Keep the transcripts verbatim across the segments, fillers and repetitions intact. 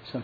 سم.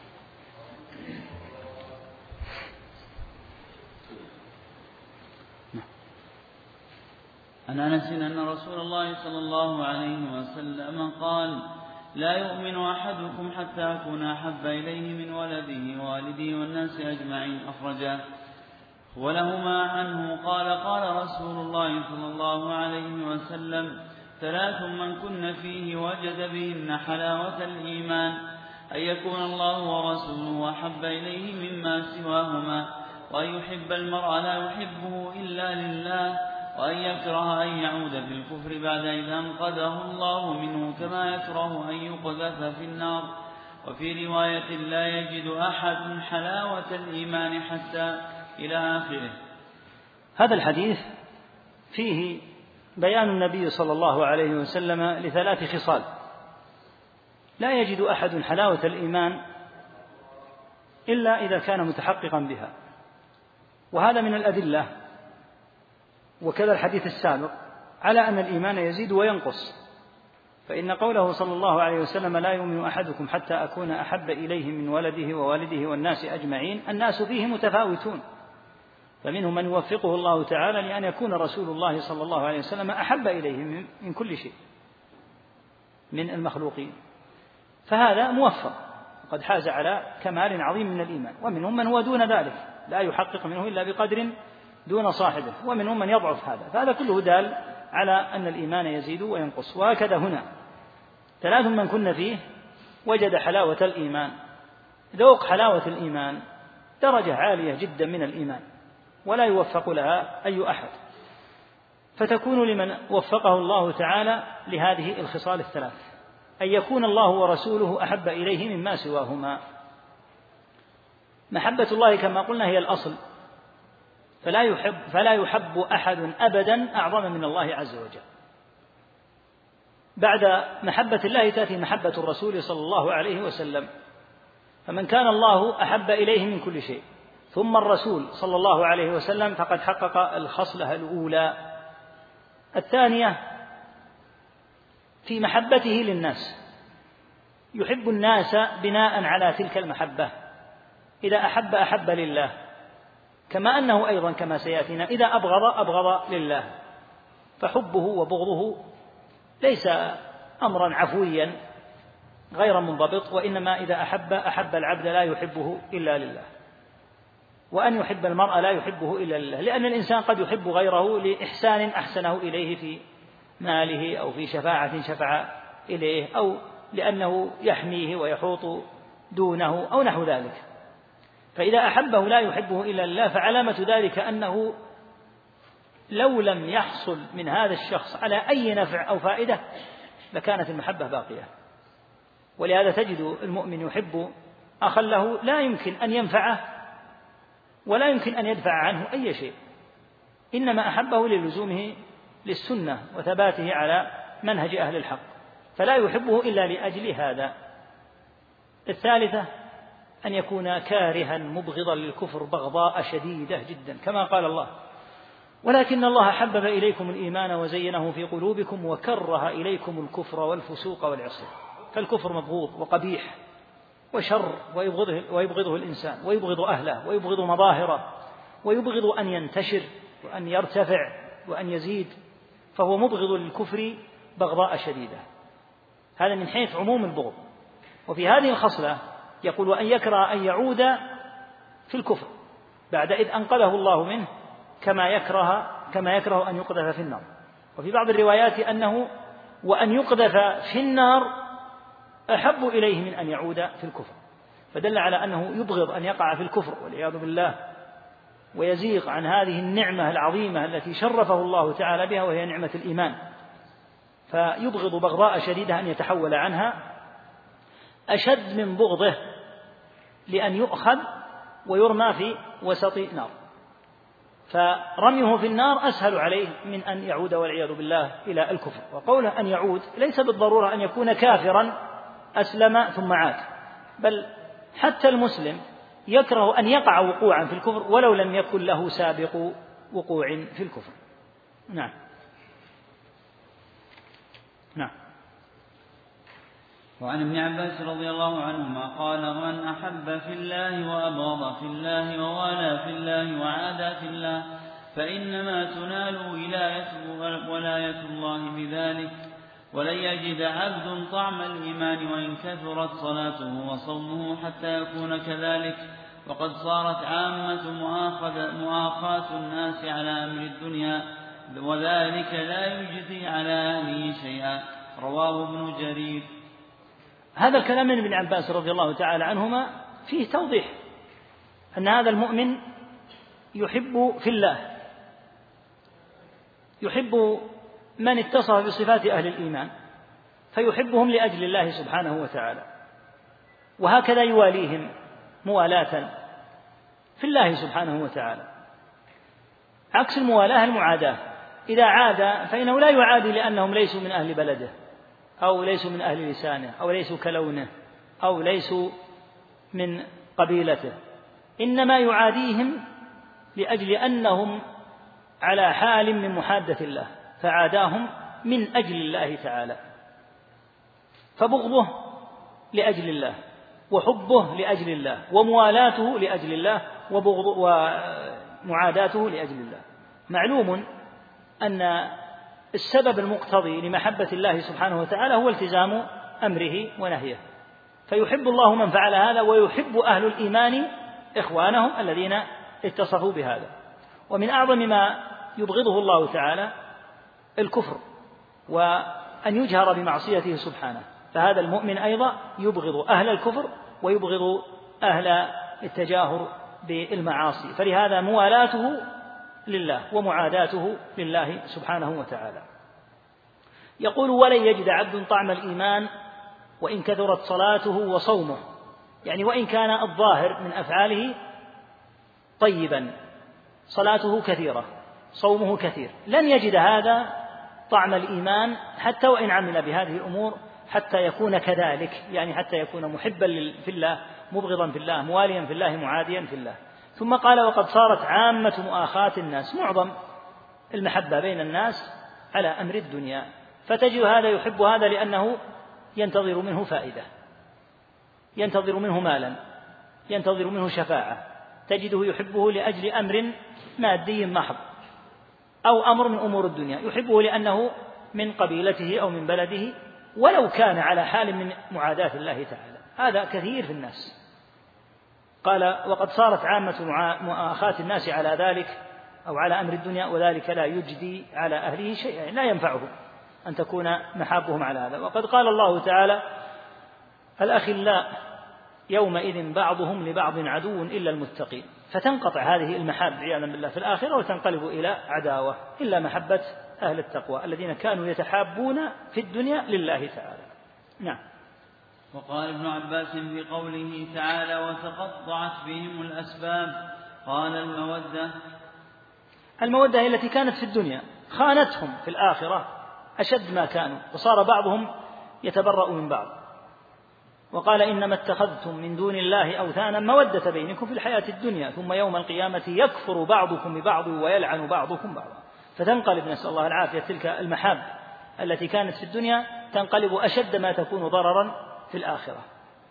عن أنس أن رسول الله صلى الله عليه وسلم قال: لا يؤمن أحدكم حتى أكون أحب إليه من ولده ووالده والناس أجمعين. أخرجه. ولهما عنه قال: قال رسول الله صلى الله عليه وسلم: ثلاث من كن فيه وجد بهن حلاوة الإيمان: أن يكون الله ورسوله أحب إليه مما سواهما، وأن يحب المرء لا يحبه إلا لله، وأن يكره أن يعود في الكفر بعد إذا أنقذه الله منه، كما يكره أن يقذف في النار. وفي رواية: لا يجد أحد حلاوة الإيمان حتى، إلى آخره. هذا الحديث فيه بيان النبي صلى الله عليه وسلم لثلاث خصال لا يجد أحد حلاوة الإيمان إلا إذا كان متحققا بها، وهذا من الأدلة وكذا الحديث السابق على أن الإيمان يزيد وينقص. فإن قوله صلى الله عليه وسلم: لا يؤمن أحدكم حتى أكون أحب إليه من ولده ووالده والناس أجمعين، الناس فيه متفاوتون، فمنهم من يوفقه الله تعالى لأن يكون رسول الله صلى الله عليه وسلم أحب إليه من كل شيء من المخلوقين، فهذا موفق قد حاز على كمال عظيم من الإيمان. ومنهم من هو دون ذلك لا يحقق منه إلا بقدر دون صاحبه، ومنهم من يضعف هذا، فهذا كله دال على أن الإيمان يزيد وينقص. وهكذا هنا: ثلاث من كن فيه وجد حلاوة الإيمان. ذوق حلاوة الإيمان درجة عالية جدا من الإيمان ولا يوفق لها أي أحد، فتكون لمن وفقه الله تعالى لهذه الخصال الثلاث: أن يكون الله ورسوله أحب إليه مما سواهما. محبة الله كما قلنا هي الأصل، فلا يحب, فلا يحب أحد أبدا أعظم من الله عز وجل. بعد محبة الله تأتي محبة الرسول صلى الله عليه وسلم، فمن كان الله أحب إليه من كل شيء ثم الرسول صلى الله عليه وسلم فقد حقق الخصلة الأولى. الثانية في محبته للناس، يحب الناس بناء على تلك المحبة، إذا أحب أحب لله، كما أنه أيضا كما سيأتينا إذا أبغض أبغض لله، فحبه وبغضه ليس أمرا عفويا غير منضبط، وإنما إذا أحب أحب العبد لا يحبه إلا لله. وأن يحب المرء لا يحبه إلا لله، لأن الإنسان قد يحب غيره لإحسان أحسنه إليه في ماله أو في شفاعة شفع إليه أو لأنه يحميه ويحوط دونه أو نحو ذلك. فإذا أحبه لا يحبه إلا لله، فعلامة ذلك أنه لو لم يحصل من هذا الشخص على أي نفع أو فائدة لكانت المحبة باقية. ولهذا تجد المؤمن يحب أخا له لا يمكن أن ينفعه ولا يمكن أن يدفع عنه أي شيء، إنما أحبه للزومه للسنة وثباته على منهج أهل الحق، فلا يحبه إلا لأجل هذا. الثالثة أن يكون كارها مبغضا للكفر بغضاء شديدة جدا، كما قال الله: ولكن الله حبب إليكم الإيمان وزينه في قلوبكم وكره إليكم الكفر والفسوق والعصيان. فالكفر مبغوض وقبيح وشر ويبغضه, ويبغضه الإنسان ويبغض أهله ويبغض مظاهره ويبغض أن ينتشر وأن يرتفع وأن يزيد، فهو مبغض للكفر بغضاء شديدة. هذا من حيث عموم البغض. وفي هذه الخصلة يقول: وأن يكره أن يعود في الكفر بعد إذ أنقذه الله منه، كما يكره كما يكره أن يقذف في النار. وفي بعض الروايات أنه وأن يقذف في النار أحب إليه من أن يعود في الكفر، فدل على أنه يبغض أن يقع في الكفر والعياذ بالله ويزيغ عن هذه النعمة العظيمة التي شرفه الله تعالى بها، وهي نعمة الإيمان، فيبغض بغضاء شديدة أن يتحول عنها، أشد من بغضه لأن يؤخذ ويرمى في وسط نار، فرميه في النار أسهل عليه من أن يعود والعياذ بالله إلى الكفر. وقوله أن يعود ليس بالضرورة أن يكون كافرا أسلم ثم عاد، بل حتى المسلم يكره أن يقع وقوعا في الكفر ولو لم يكن له سابق وقوع في الكفر. نعم نعم وعن ابن عباس رضي الله عنهما قال: من أحب في الله وأبغض في الله ووالى في الله وعادى في الله فإنما تنال ولاية ولاية الله بذلك. ولن يجد عبد طعم الإيمان وإن كثرت صلاته وصومه حتى يكون كذلك. وقد صارت عامة مؤاخاة الناس على أمر الدنيا، وذلك لا يجزي على أهله شيئا. رواه ابن جرير. هذا الكلام من ابن عباس رضي الله تعالى عنهما فيه توضيح أن هذا المؤمن يحب في الله، يحب من اتصف بصفات أهل الإيمان فيحبهم لأجل الله سبحانه وتعالى، وهكذا يواليهم موالاة في الله سبحانه وتعالى، عكس الموالاة المعاداة. إذا عاد فإنه لا يعادي لأنهم ليسوا من أهل بلده أو ليسوا من أهل لسانه أو ليسوا كلونه أو ليسوا من قبيلته، إنما يعاديهم لأجل أنهم على حال من محادة الله فعاداهم من أجل الله تعالى، فبغضه لأجل الله وحبه لأجل الله وموالاته لأجل الله وبغض ومعاداته لأجل الله. معلوم أن السبب المقتضي لمحبة الله سبحانه وتعالى هو التزام أمره ونهيه، فيحب الله من فعل هذا ويحب أهل الإيمان إخوانهم الذين اتصفوا بهذا. ومن أعظم ما يبغضه الله تعالى الكفر وأن يجهر بمعصيته سبحانه، فهذا المؤمن أيضا يبغض أهل الكفر ويبغض أهل التجاهر بالمعاصي، فلهذا موالاته لله ومعاداته لله سبحانه وتعالى. يقول: ولن يجد عبد طعم الإيمان وإن كثرت صلاته وصومه، يعني وإن كان الظاهر من أفعاله طيبا، صلاته كثيرة، صومه كثير، لن يجد هذا طعم الإيمان حتى وإن عمل بهذه الأمور حتى يكون كذلك، يعني حتى يكون محبا في الله مبغضا في الله مواليا في الله معاديا في الله. ثم قال: وقد صارت عامة مؤاخاة الناس، معظم المحبة بين الناس على أمر الدنيا، فتجد هذا يحب هذا لأنه ينتظر منه فائدة، ينتظر منه مالا، ينتظر منه شفاعة، تجده يحبه لأجل أمر مادي محض أو أمر من أمور الدنيا، يحبه لأنه من قبيلته أو من بلده ولو كان على حال من معاداة الله تعالى. هذا كثير في الناس. قال: وقد صارت عامة مؤاخاة الناس على ذلك أو على أمر الدنيا، وذلك لا يجدي على أهله شيئا، يعني لا ينفعه أن تكون محابهم على هذا. وقد قال الله تعالى: الأخلاء يومئذ بعضهم لبعض عدو إلا المتقين، فتنقطع هذه المحاب عياذا بالله في الآخرة وتنقلب إلى عداوة، إلا محبة أهل التقوى الذين كانوا يتحابون في الدنيا لله تعالى. نعم. وقال ابن عباس في قوله تعالى: وتقطعت بهم الأسباب، قال: المودة المودة التي كانت في الدنيا خانتهم في الآخرة أشد ما كانوا، وصار بعضهم يتبرأ من بعض. وقال: إنما اتخذتم من دون الله أوثانا مودة بينكم في الحياة الدنيا ثم يوم القيامة يكفر بعضكم ببعض ويلعن بعضكم بعضا. فتنقلب، نسأل الله العافية، تلك المحاب التي كانت في الدنيا تنقلب أشد ما تكون ضررا في الآخرة.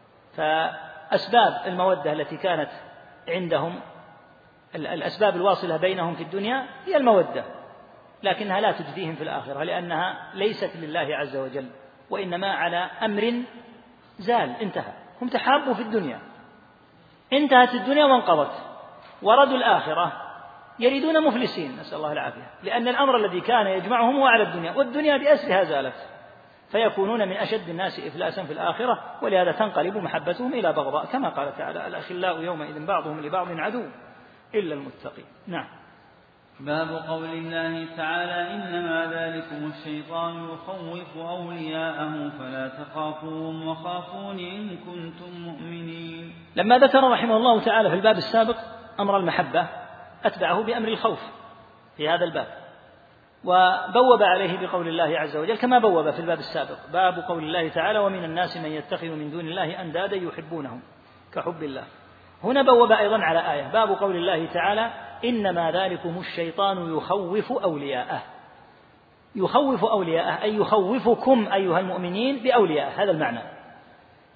فأسباب المودة التي كانت عندهم، الأسباب الواصلة بينهم في الدنيا هي المودة، لكنها لا تجديهم في الآخرة لأنها ليست لله عز وجل، وإنما على أمر زال انتهى. هم تحابوا في الدنيا، انتهت الدنيا وانقضت، وردوا الآخرة يريدون مفلسين، نسأل الله العافية، لأن الأمر الذي كان يجمعهم هو على الدنيا، والدنيا بأسرها زالت، فيكونون من أشد الناس إفلاسا في الآخرة، ولهذا تنقلب محبتهم إلى بغضاء، كما قال تعالى: الأخلاء يومئذ بعضهم لبعض عدو إلا المتقين. نعم. باب قول الله تعالى: إنما ذلكم الشيطان يخوف أولياءه فلا تخافوهم وخافون إن كنتم مؤمنين. لما ذكر رحمه الله تعالى في الباب السابق أمر المحبة أتبعه بأمر الخوف في هذا الباب، وبوب عليه بقول الله عز وجل كما بوب في الباب السابق. باب قول الله تعالى: ومن الناس من يتخذ من دون الله أندادا يحبونهم كحب الله. هنا بوب أيضا على آية، باب قول الله تعالى: إنما ذلكم الشيطان يخوف أولياءه. يخوف أولياءه أي يخوفكم أيها المؤمنين بأولياءه، هذا المعنى.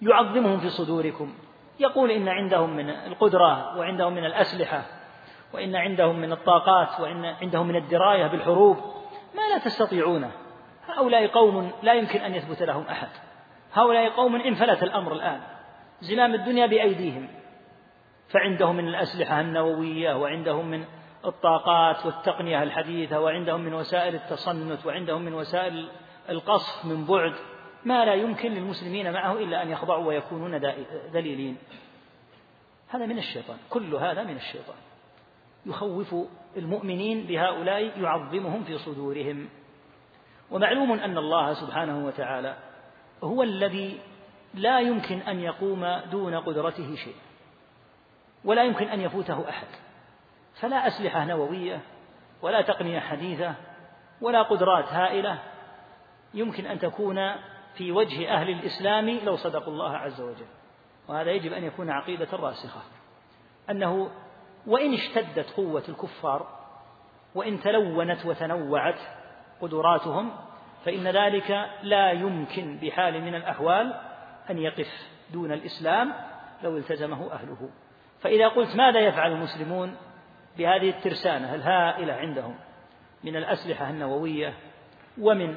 يعظمهم في صدوركم، يقول إن عندهم من القدرة وعندهم من الأسلحة وإن عندهم من الطاقات وإن عندهم من الدراية بالحروب ما لا تستطيعونه. هؤلاء قوم لا يمكن أن يثبت لهم أحد، هؤلاء قوم انفلت الأمر الآن، زمام الدنيا بأيديهم، فعندهم من الأسلحة النووية وعندهم من الطاقات والتقنية الحديثة وعندهم من وسائل التصنت وعندهم من وسائل القصف من بعد ما لا يمكن للمسلمين معه إلا أن يخضعوا ويكونون ذليلين. هذا من الشيطان، كل هذا من الشيطان يخوف المؤمنين بهؤلاء، يعظمهم في صدورهم. ومعلوم أن الله سبحانه وتعالى هو الذي لا يمكن أن يقوم دون قدرته شيء ولا يمكن أن يفوته أحد، فلا أسلحة نووية ولا تقنية حديثة ولا قدرات هائلة يمكن أن تكون في وجه أهل الإسلام لو صدقوا الله عز وجل. وهذا يجب أن يكون عقيدة راسخة، أنه وإن اشتدت قوة الكفار وإن تلونت وتنوعت قدراتهم فإن ذلك لا يمكن بحال من الأحوال أن يقف دون الإسلام لو التزمه أهله. فإذا قلت ماذا يفعل المسلمون بهذه الترسانة الهائلة عندهم من الأسلحة النووية ومن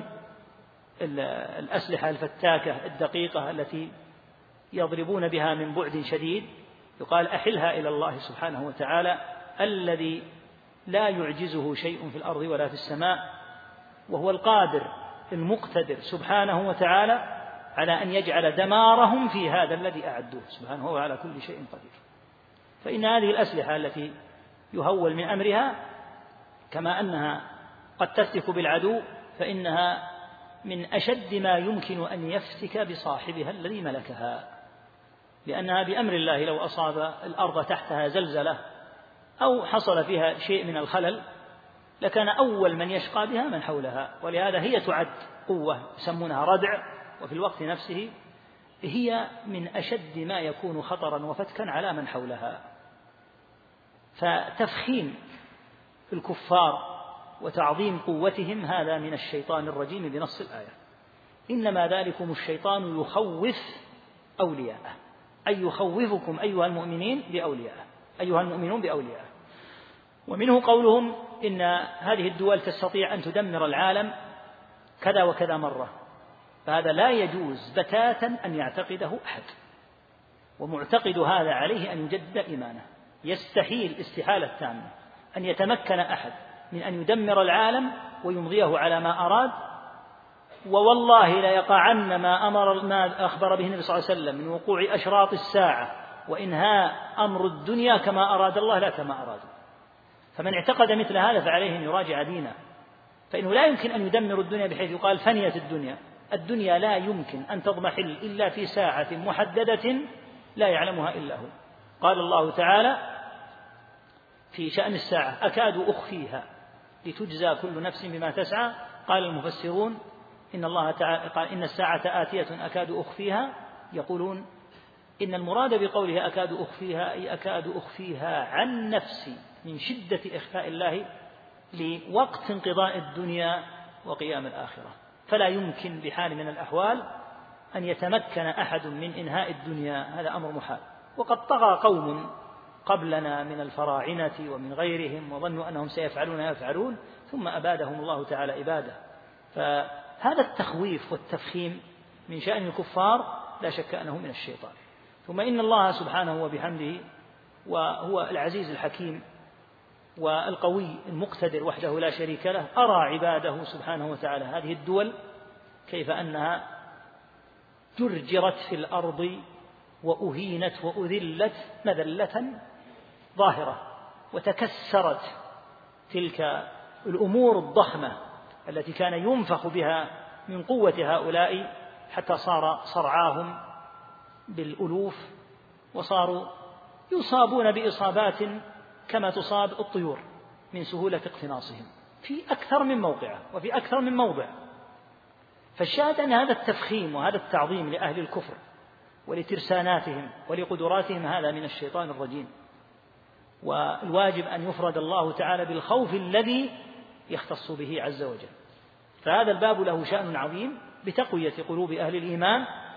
الأسلحة الفتاكة الدقيقة التي يضربون بها من بعد شديد، يقال أحلها إلى الله سبحانه وتعالى الذي لا يعجزه شيء في الأرض ولا في السماء، وهو القادر المقتدر سبحانه وتعالى على أن يجعل دمارهم في هذا الذي أعدوه سبحانه، هو على كل شيء قدير. فإن هذه الأسلحة التي يهول من أمرها كما أنها قد تفتك بالعدو فإنها من أشد ما يمكن أن يفتك بصاحبها الذي ملكها، لأنها بأمر الله لو أصاب الأرض تحتها زلزلة أو حصل فيها شيء من الخلل لكان أول من يشقى بها من حولها. ولهذا هي تعد قوة يسمونها ردع، وفي الوقت نفسه هي من أشد ما يكون خطرا وفتكا على من حولها. فتفخيم الكفار وتعظيم قوتهم هذا من الشيطان الرجيم بنص الآية. إنما ذلكم الشيطان يخوف أولياءه، أي يخوفكم أيها المؤمنين بأوليائه، أيها المؤمنون بأوليائه. ومنه قولهم إن هذه الدول تستطيع أن تدمر العالم كذا وكذا مرة، فهذا لا يجوز بتاتا أن يعتقده أحد، ومعتقد هذا عليه أن يجدد إيمانه. يستحيل استحالة تامة أن يتمكن أحد من أن يدمر العالم ويمضيه على ما أراد، ووالله لا يقعن ما أمر ما أخبر به النبي صلى الله عليه وسلم من وقوع أشراط الساعة وإنهاء أمر الدنيا كما أراد الله لا كما أراد. فمن اعتقد مثل هذا فعليه أن يراجع دينه، فإنه لا يمكن أن يدمر الدنيا بحيث يقال فنيت الدنيا. الدنيا لا يمكن أن تضمحل إلا في ساعة محددة لا يعلمها إلا هو. قال الله تعالى في شأن الساعة أكاد أخفيها لتجزى كل نفس بما تسعى. قال المفسرون إن الله تعالى قال إن الساعة آتية أكاد أخفيها، يقولون إن المراد بقوله أكاد أخفيها أي أكاد أخفيها عن نفسي من شدة إخفاء الله لوقت انقضاء الدنيا وقيام الآخرة. فلا يمكن بحال من الأحوال أن يتمكن أحد من إنهاء الدنيا، هذا أمر محال. وقد طغى قوم قبلنا من الفراعنة ومن غيرهم وظنوا أنهم سيفعلون يفعلون ثم أبادهم الله تعالى إبادة. فهذا التخويف والتفخيم من شأن الكفار لا شك أنه من الشيطان. ثم إن الله سبحانه وبحمده وهو العزيز الحكيم والقوي المقتدر وحده لا شريك له أرى عباده سبحانه وتعالى هذه الدول كيف أنها جرجرت في الأرض وأهينت وأذلت مذلة ظاهرة، وتكسرت تلك الأمور الضخمة التي كان ينفخ بها من قوة هؤلاء حتى صار صرعاهم بالألوف، وصاروا يصابون بإصابات كما تصاب الطيور من سهولة اقتناصهم في أكثر من موقع وفي أكثر من موضع. فالشاهد أن هذا التفخيم وهذا التعظيم لأهل الكفر ولترساناتهم ولقدراتهم هذا من الشيطان الرجيم، والواجب أن يفرد الله تعالى بالخوف الذي يختص به عز وجل. فهذا الباب له شأن عظيم بتقوية قلوب أهل الإيمان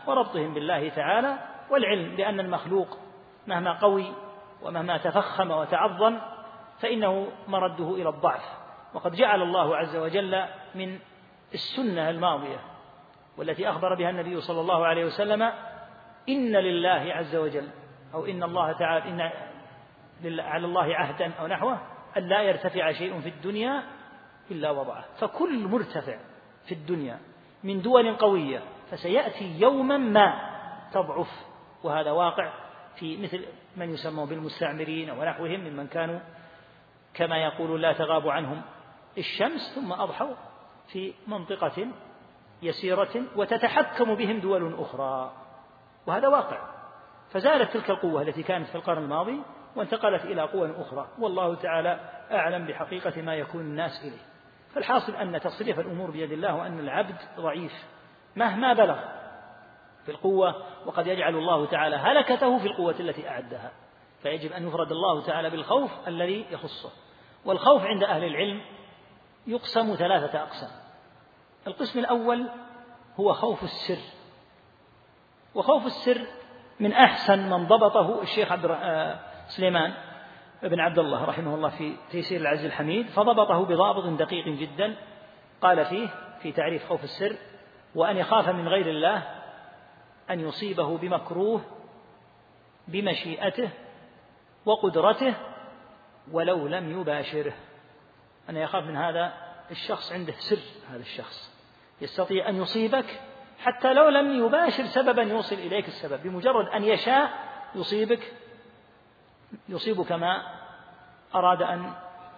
وربطهم بالله تعالى، والعلم بأن المخلوق مهما قوي ومهما تفخم وتعظم فإنه مرده إلى الضعف. وقد جعل الله عز وجل من السنة الماضية والتي أخبر بها النبي صلى الله عليه وسلم إن لله عز وجل أو إن الله تعالى إن على الله عهدا أو نحوه أن لا يرتفع شيء في الدنيا إلا وضعه. فكل مرتفع في الدنيا من دول قوية فسيأتي يوما ما تضعف، وهذا واقع في مثل من يسمى بالمستعمرين ونحوهم ممن كانوا كما يقول لا تغاب عنهم الشمس ثم أضحوا في منطقة يسيرة وتتحكم بهم دول أخرى، وهذا واقع. فزالت تلك القوة التي كانت في القرن الماضي وانتقلت إلى قوى أخرى، والله تعالى أعلم بحقيقة ما يكون الناس إليه. فالحاصل أن تصريف الأمور بيد الله، وأن العبد ضعيف مهما بلغ في القوة، وقد يجعل الله تعالى هلكته في القوة التي أعدها. فيجب أن يفرد الله تعالى بالخوف الذي يخصه. والخوف عند أهل العلم يقسم ثلاثة أقسام. القسم الأول هو خوف السر، وخوف السر من أحسن من ضبطه الشيخ عبد سليمان بن عبد الله رحمه الله في تيسير العزيز الحميد، فضبطه بضابط دقيق جدا. قال فيه في تعريف خوف السر: وأن يخاف من غير الله أن يصيبه بمكروه بمشيئته وقدرته ولو لم يباشره. أن يخاف من هذا الشخص عنده سر، هذا الشخص يستطيع أن يصيبك حتى لو لم يباشر سببا يوصل إليك السبب، بمجرد أن يشاء يصيبك يصيبك ما أراد أن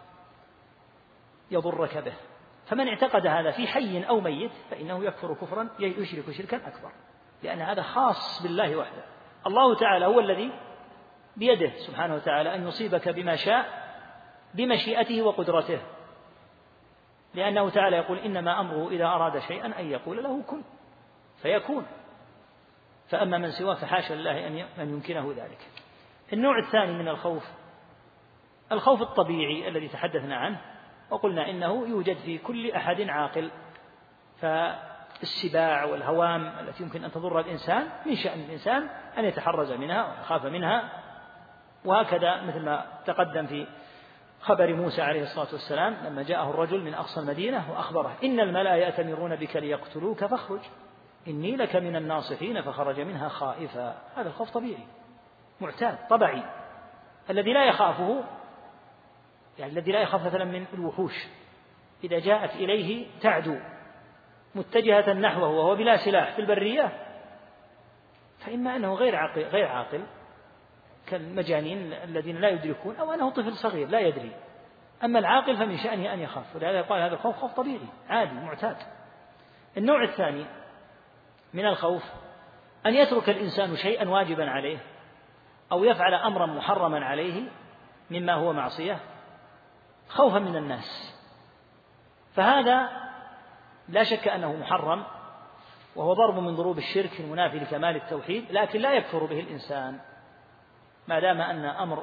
يضرك به. فمن اعتقد هذا في حي أو ميت فإنه يكفر كفرا يشرك شركا أكبر، لأن هذا خاص بالله وحده. الله تعالى هو الذي بيده سبحانه وتعالى أن يصيبك بما شاء بمشيئته وقدرته، لأنه تعالى يقول: إنما أمره إذا أراد شيئا أن يقول له كن فيكون. فأما من سواه فحاشا لله أن يمكنه ذلك. النوع الثاني من الخوف الخوف الطبيعي الذي تحدثنا عنه، وقلنا إنه يوجد في كل أحد عاقل. فالسباع والهوام التي يمكن أن تضر الإنسان من شأن الإنسان أن يتحرز منها ويخاف منها، وهكذا مثل ما تقدم في خبر موسى عليه الصلاة والسلام لما جاءه الرجل من أقصى المدينة وأخبره: إن الملأ يأتمرون بك ليقتلوك فاخرج إني لك من الناصحين، فخرج منها خائفا. هذا الخوف طبيعي معتاد طبيعي، الذي لا يخافه يعني الذي لا يخاف مثلا من الوحوش إذا جاءت إليه تعدو متجهة نحوه وهو بلا سلاح في البرية، فإما أنه غير عاقل غير عاقل كالمجانين الذين لا يدركون، أو أنه طفل صغير لا يدري. أما العاقل فمن شأنه أن يخاف، ولهذا يقال هذا الخوف خوف طبيعي عادي معتاد. النوع الثاني من الخوف أن يترك الإنسان شيئا واجبا عليه أو يفعل أمرا محرما عليه مما هو معصية خوفا من الناس، فهذا لا شك أنه محرم، وهو ضرب من ضروب الشرك المنافي لكمال التوحيد، لكن لا يكفر به الإنسان ما دام أن أمر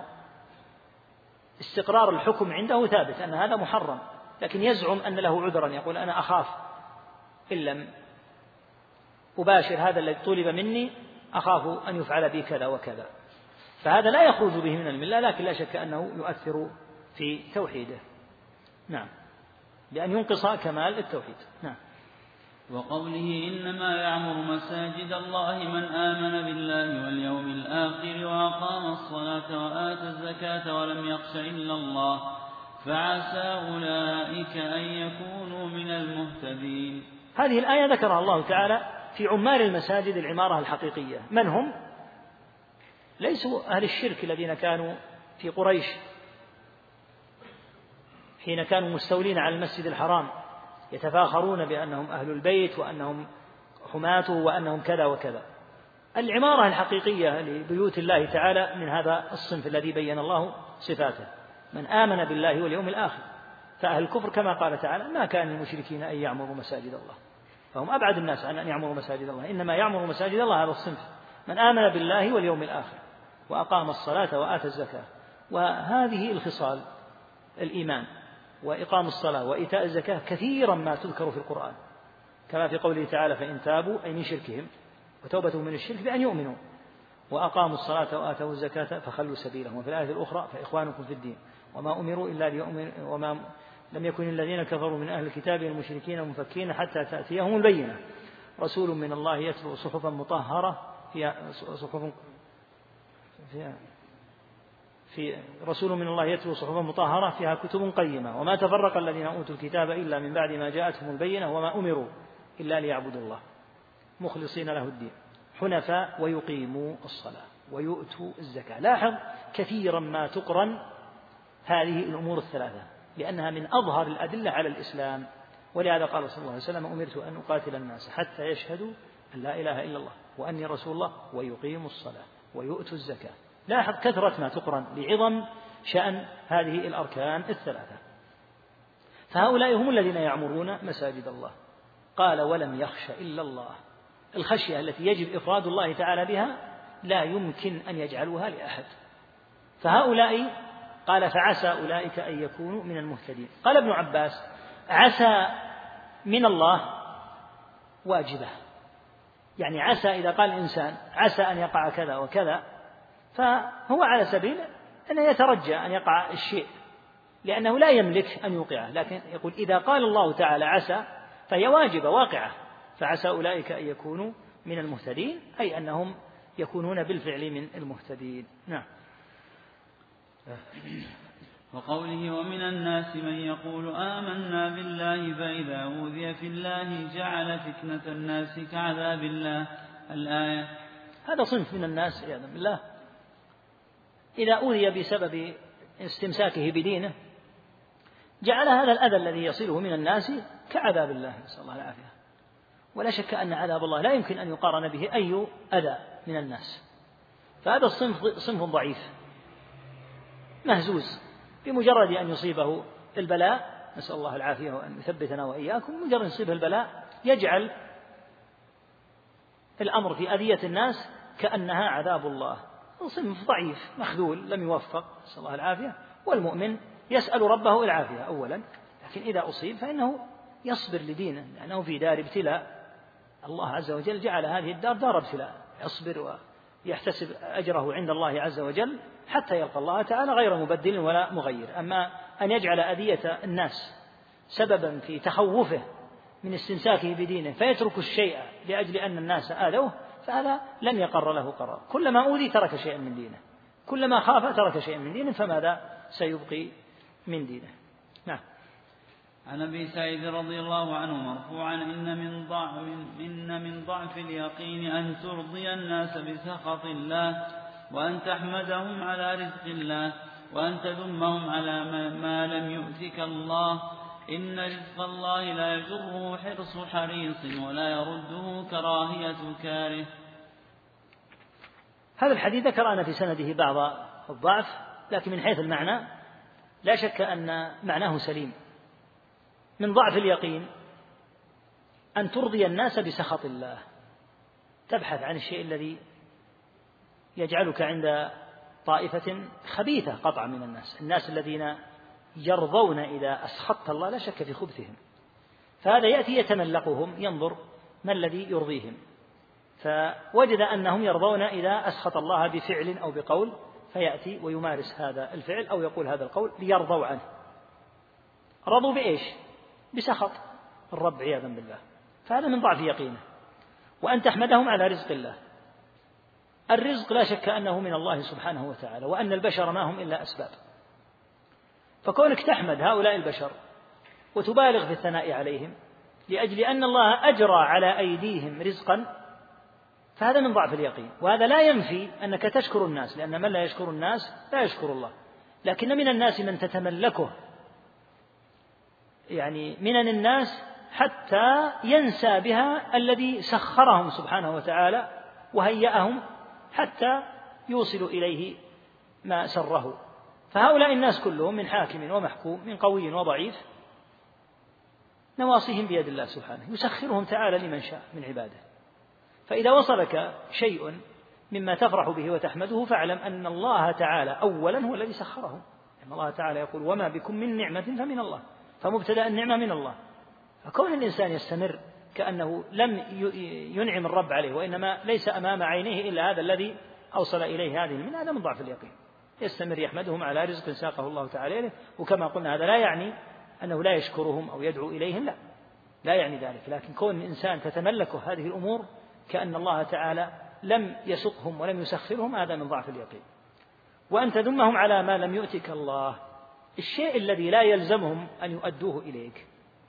استقرار الحكم عنده ثابت أن هذا محرم، لكن يزعم أن له عذرا، يقول: أنا أخاف إن لم أباشر هذا الذي طلب مني أخاف أن يفعل بي كذا وكذا، فهذا لا يخرج به من الملة، لكن لا شك أنه يؤثر في توحيده. نعم، لأن ينقص كمال التوحيد. نعم. وقوله: إنما يعمر مساجد الله من آمن بالله واليوم الآخر وأقام الصلاة وآتى الزكاة ولم يخش إلا الله فعسى أولئك أن يكونوا من المهتدين. هذه الآية ذكرها الله تعالى في عمار المساجد العمارة الحقيقية. من هم؟ ليسوا أهل الشرك الذين كانوا في قريش حين كانوا مستولين على المسجد الحرام يتفاخرون بأنهم أهل البيت وأنهم حماته وأنهم كذا وكذا. العمارة الحقيقية لبيوت الله تعالى من هذا الصنف الذي بين الله صفاته: من آمن بالله واليوم الآخر. فأهل الكفر كما قال تعالى: ما كان للمشركين أن يعمروا مساجد الله، فهم أبعد الناس عن أن يعمروا مساجد الله. إنما يعمر مساجد الله هذا الصنف: من آمن بالله واليوم الآخر وأقام الصلاة وآتى الزكاة. وهذه الخصال الإيمان وإقام الصلاة وإيتاء الزكاة كثيرا ما تذكر في القرآن، كما في قوله تعالى: فإن تابوا أي من شركهم وتوبتهم من الشرك بأن يؤمنوا وأقاموا الصلاة وآتوا الزكاة فخلوا سبيلهم. وفي الآية الأخرى فإخوانكم في الدين وما أمروا إلا ليؤمنوا وما لم يكن الذين كفروا من أهل الكتاب المشركين منفكين حتى تأتيهم البينة رسول من الله يتلو صحفا مطهرة فيها صحف فيها في رسول من الله يتلو صحفا مطهرة فيها كتب قيمة وما تفرق الذين أوتوا الكتاب إلا من بعد ما جاءتهم البينة وما أمروا إلا ليعبدوا الله مخلصين له الدين حنفاء ويقيموا الصلاة ويؤتوا الزكاة. لاحظ كثيرا ما تقرن هذه الأمور الثلاثة لأنها من أظهر الأدلة على الإسلام. ولهذا قال صلى الله عليه وسلم أمرت أن أقاتل الناس حتى يشهدوا أن لا إله إلا الله وأني رسول الله ويقيموا الصلاة ويؤتوا الزكاة. لاحظ كثرة ما تقرن لعظم شأن هذه الأركان الثلاثة. فهؤلاء هم الذين يعمرون مساجد الله. قال ولم يخش إلا الله. الخشية التي يجب إفراد الله تعالى بها لا يمكن أن يجعلوها لأحد. فهؤلاء قال فعسى أولئك أن يكونوا من المهتدين. قال ابن عباس عسى من الله واجبة، يعني عسى إذا قال الإنسان عسى أن يقع كذا وكذا فهو على سبيل أن يترجى أن يقع الشيء لأنه لا يملك أن يوقعه، لكن يقول إذا قال الله تعالى عسى فهي واجبة واقعة. فعسى أولئك أن يكونوا من المهتدين أي أنهم يكونون بالفعل من المهتدين. نعم. وقوله ومن الناس من يقول آمنا بالله فإذا أوذي في الله جعل فتنة الناس كعذاب الله الآية. هذا صنف من الناس عياذا بالله إذا أوذي بسبب استمساكه بدينه جعل هذا الأذى الذي يصله من الناس كعذاب الله، نسأل الله العافية. ولا شك أن عذاب الله لا يمكن أن يقارن به أي أذى من الناس. فهذا الصنف صنف ضعيف مهزوز بمجرد أن يصيبه البلاء، نسأل الله العافية وأن يثبتنا وإياكم، مجرد أن يصيبه البلاء يجعل الأمر في أذية الناس كأنها عذاب الله. صنف ضعيف مخذول لم يوفق، نسأل الله العافية. والمؤمن يسأل ربه العافية أولا، لكن إذا أصيب فإنه يصبر لدينه لأنه في دار ابتلاء. الله عز وجل جعل هذه الدار دار ابتلاء، يصبر ويحتسب أجره عند الله عز وجل حتى يلقى الله تعالى غير مبدل ولا مغير. أما أن يجعل أذية الناس سببا في تخوفه من استمساكه بدينه فيترك الشيء لأجل أن الناس آذوه فهذا لن يقر له قرار. كلما أوذي ترك شيئا من دينه، كلما خاف ترك شيئا من دينه، فماذا سيبقي من دينه؟ نعم. عن أبي سعيد رضي الله عنه مرفوعا إن من ضعف إن من ضعف اليقين أن ترضي الناس بسخط الله وأن تحمدهم على رزق الله وأن تذمهم على ما لم يؤتك الله. إن رزق الله لا يجره حرص حريص ولا يرده كراهية كاره. هذا الحديث ذكرنا في سنده بعض الضعف، لكن من حيث المعنى لا شك أن معناه سليم. من ضعف اليقين أن ترضي الناس بسخط الله، تبحث عن الشيء الذي يجعلك عند طائفة خبيثة قطعا من الناس، الناس الذين يرضون إذا أسخطت الله لا شك في خبثهم، فهذا يأتي يتملقهم ينظر ما الذي يرضيهم، فوجد أنهم يرضون إذا أسخط الله بفعل أو بقول فيأتي ويمارس هذا الفعل أو يقول هذا القول ليرضوا عنه. رضوا بإيش؟ بسخط الرب عياذا بالله، فهذا من ضعف يقينه. وأن تحمدهم على رزق الله، الرزق لا شك أنه من الله سبحانه وتعالى، وأن البشر ما هم إلا أسباب، فكونك تحمد هؤلاء البشر وتبالغ في الثناء عليهم لأجل أن الله أجرى على أيديهم رزقا فهذا من ضعف اليقين. وهذا لا ينفي أنك تشكر الناس، لأن من لا يشكر الناس لا يشكر الله، لكن من الناس من تتملكه يعني من الناس حتى ينسى بها الذي سخرهم سبحانه وتعالى وهيأهم حتى يوصلوا إليه ما سره. فهؤلاء الناس كلهم من حاكم ومحكوم، من قوي وضعيف، نواصيهم بيد الله سبحانه، يسخرهم تعالى لمن شاء من عباده. فإذا وصلك شيء مما تفرح به وتحمده فاعلم أن الله تعالى أولا هو الذي سخرهم، لأن الله تعالى يقول وما بكم من نعمة فمن الله، فمبتدأ النعمة من الله. فكون الإنسان يستمر كأنه لم ينعم الرب عليه، وإنما ليس أمام عينيه إلا هذا الذي أوصل إليه هذه المنة، هذا من ضعف اليقين. يستمر يحمدهم على رزق ساقه الله تعالى إليه، وكما قلنا هذا لا يعني أنه لا يشكرهم أو يدعو إليهم، لا لا يعني ذلك، لكن كون الإنسان تتملكه هذه الأمور كأن الله تعالى لم يسقهم ولم يسخرهم، هذا من ضعف اليقين. وأن تذمهم على ما لم يؤتك الله، الشيء الذي لا يلزمهم أن يؤدوه إليك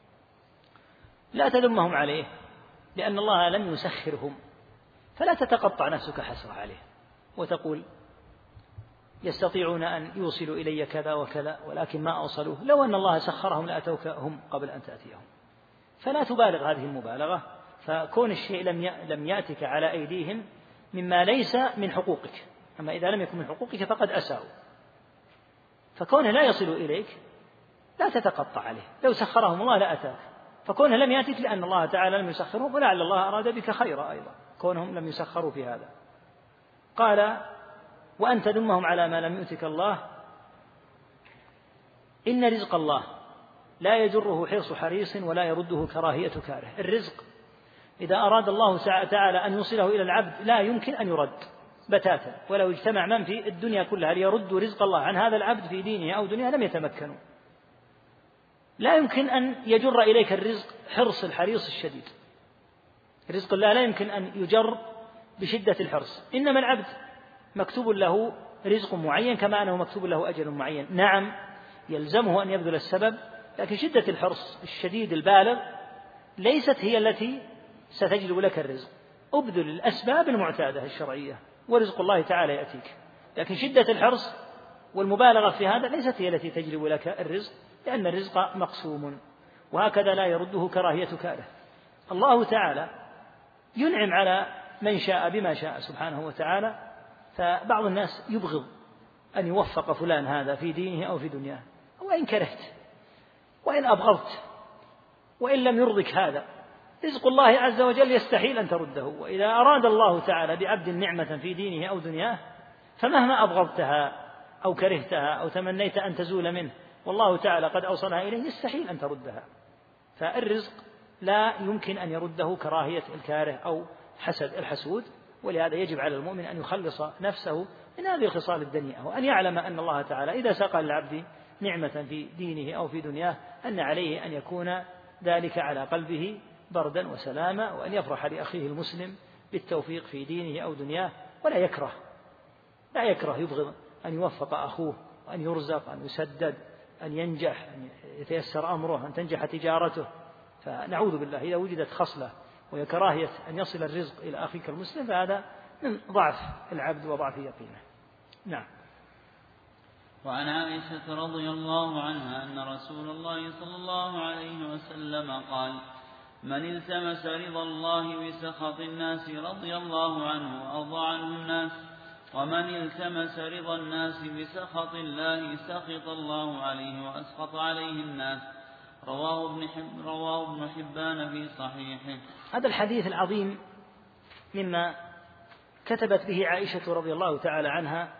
لا تذمهم عليه، لأن الله لم يسخرهم، فلا تتقطع نفسك حسرة عليه وتقول يستطيعون أن يوصلوا إلي كذا وكذا ولكن ما أوصلوه، لو أن الله سخرهم لأتوك هم قبل أن تأتيهم. فلا تبالغ هذه المبالغة، فكون الشيء لم يأتك على أيديهم مما ليس من حقوقك، أما إذا لم يكن من حقوقك فقد أساءوا، فكونه لا يصل إليك لا تتقطع عليه، لو سخرهم الله لأتاك، فكونه لم يأتك لأن الله تعالى لم يسخرهم، ولعل الله أراد بك خيرا أيضا كونهم لم يسخروا في هذا. قال وأن تذمهم على ما لم يؤتك الله، إن رزق الله لا يجره حرص حريص ولا يرده كراهية كاره. الرزق إذا أراد الله تعالى أن يوصله إلى العبد لا يمكن أن يرد بتاتا، ولو اجتمع من في الدنيا كلها ليردوا رزق الله عن هذا العبد في دينه أو دنيا لم يتمكنوا. لا يمكن أن يجر إليك الرزق حرص الحريص الشديد، رزق الله لا يمكن أن يجر بشدة الحرص، إنما العبد مكتوب له رزق معين كما أنه مكتوب له أجل معين. نعم يلزمه أن يبذل السبب، لكن شدة الحرص الشديد البالغ ليست هي التي ستجلب لك الرزق. أبذل الأسباب المعتادة الشرعية ورزق الله تعالى يأتيك، لكن شدة الحرص والمبالغة في هذا ليست هي التي تجلب لك الرزق، لأن الرزق مقسوم، وهكذا لا يرده كراهية كاره. الله تعالى ينعم على من شاء بما شاء سبحانه وتعالى، فبعض الناس يبغض أن يوفق فلان هذا في دينه أو في دنياه، وإن كرهت وإن أبغضت وإن لم يرضك هذا، رزق الله عز وجل يستحيل أن ترده. وإذا أراد الله تعالى بعبد نعمة في دينه أو دنياه فمهما أبغضتها أو كرهتها أو تمنيت أن تزول منه والله تعالى قد أوصلها إليه يستحيل أن تردها. فالرزق لا يمكن أن يرده كراهية الكاره أو حسد الحسود، ولهذا يجب على المؤمن أن يخلص نفسه من هذه الخصال الدنيئة، وأن يعلم أن الله تعالى إذا ساق للعبد نعمة في دينه أو في دنياه أن عليه أن يكون ذلك على قلبه بردا وسلاما، وأن يفرح لأخيه المسلم بالتوفيق في دينه أو دنياه، ولا يكره لا يكره يبغض أن يوفق أخوه وأن يرزق، أن يسدد، أن ينجح، أن يتيسر أمره، أن تنجح تجارته. فنعوذ بالله إذا وجدت خصلة وهي كراهية أن يصل الرزق إلى أخيك المسلم فهذا من ضعف العبد وضعف يقينه. نعم. وعن عائشة رضي الله عنها أن رسول الله صلى الله عليه وسلم قال: من التمس رضا الله بسخط الناس رضي الله عنه وأرضى عنه الناس، ومن التمس رضا الناس بسخط الله سخط الله عليه وأسخط عليه الناس. رواه ابن حب رواه ابن حبان في صحيحه. هذا الحديث العظيم مما كتبت به عائشة رضي الله تعالى عنها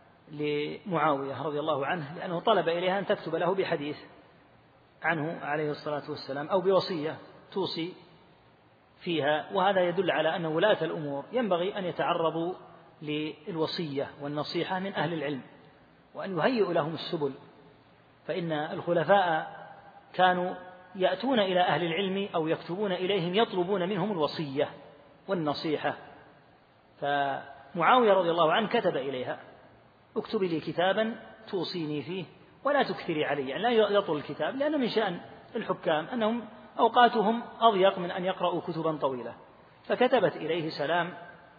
لمعاوية رضي الله عنه، لأنه طلب إليها أن تكتب له بحديث عنه عليه الصلاة والسلام أو بوصية توصي فيها، وهذا يدل على أن ولاة الأمور ينبغي أن يتعرضوا للوصية والنصيحة من أهل العلم، وأن يهيئوا لهم السبل، فإن الخلفاء كانوا يأتون إلى أهل العلم أو يكتبون إليهم يطلبون منهم الوصية والنصيحة. فمعاوية رضي الله عنه كتب إليها: اكتبي لي كتابا توصيني فيه ولا تكثري علي، يعني لا يطول الكتاب، لأن من شأن الحكام أنهم أوقاتهم أضيق من أن يقرأوا كتبا طويلة. فكتبت إليه سلام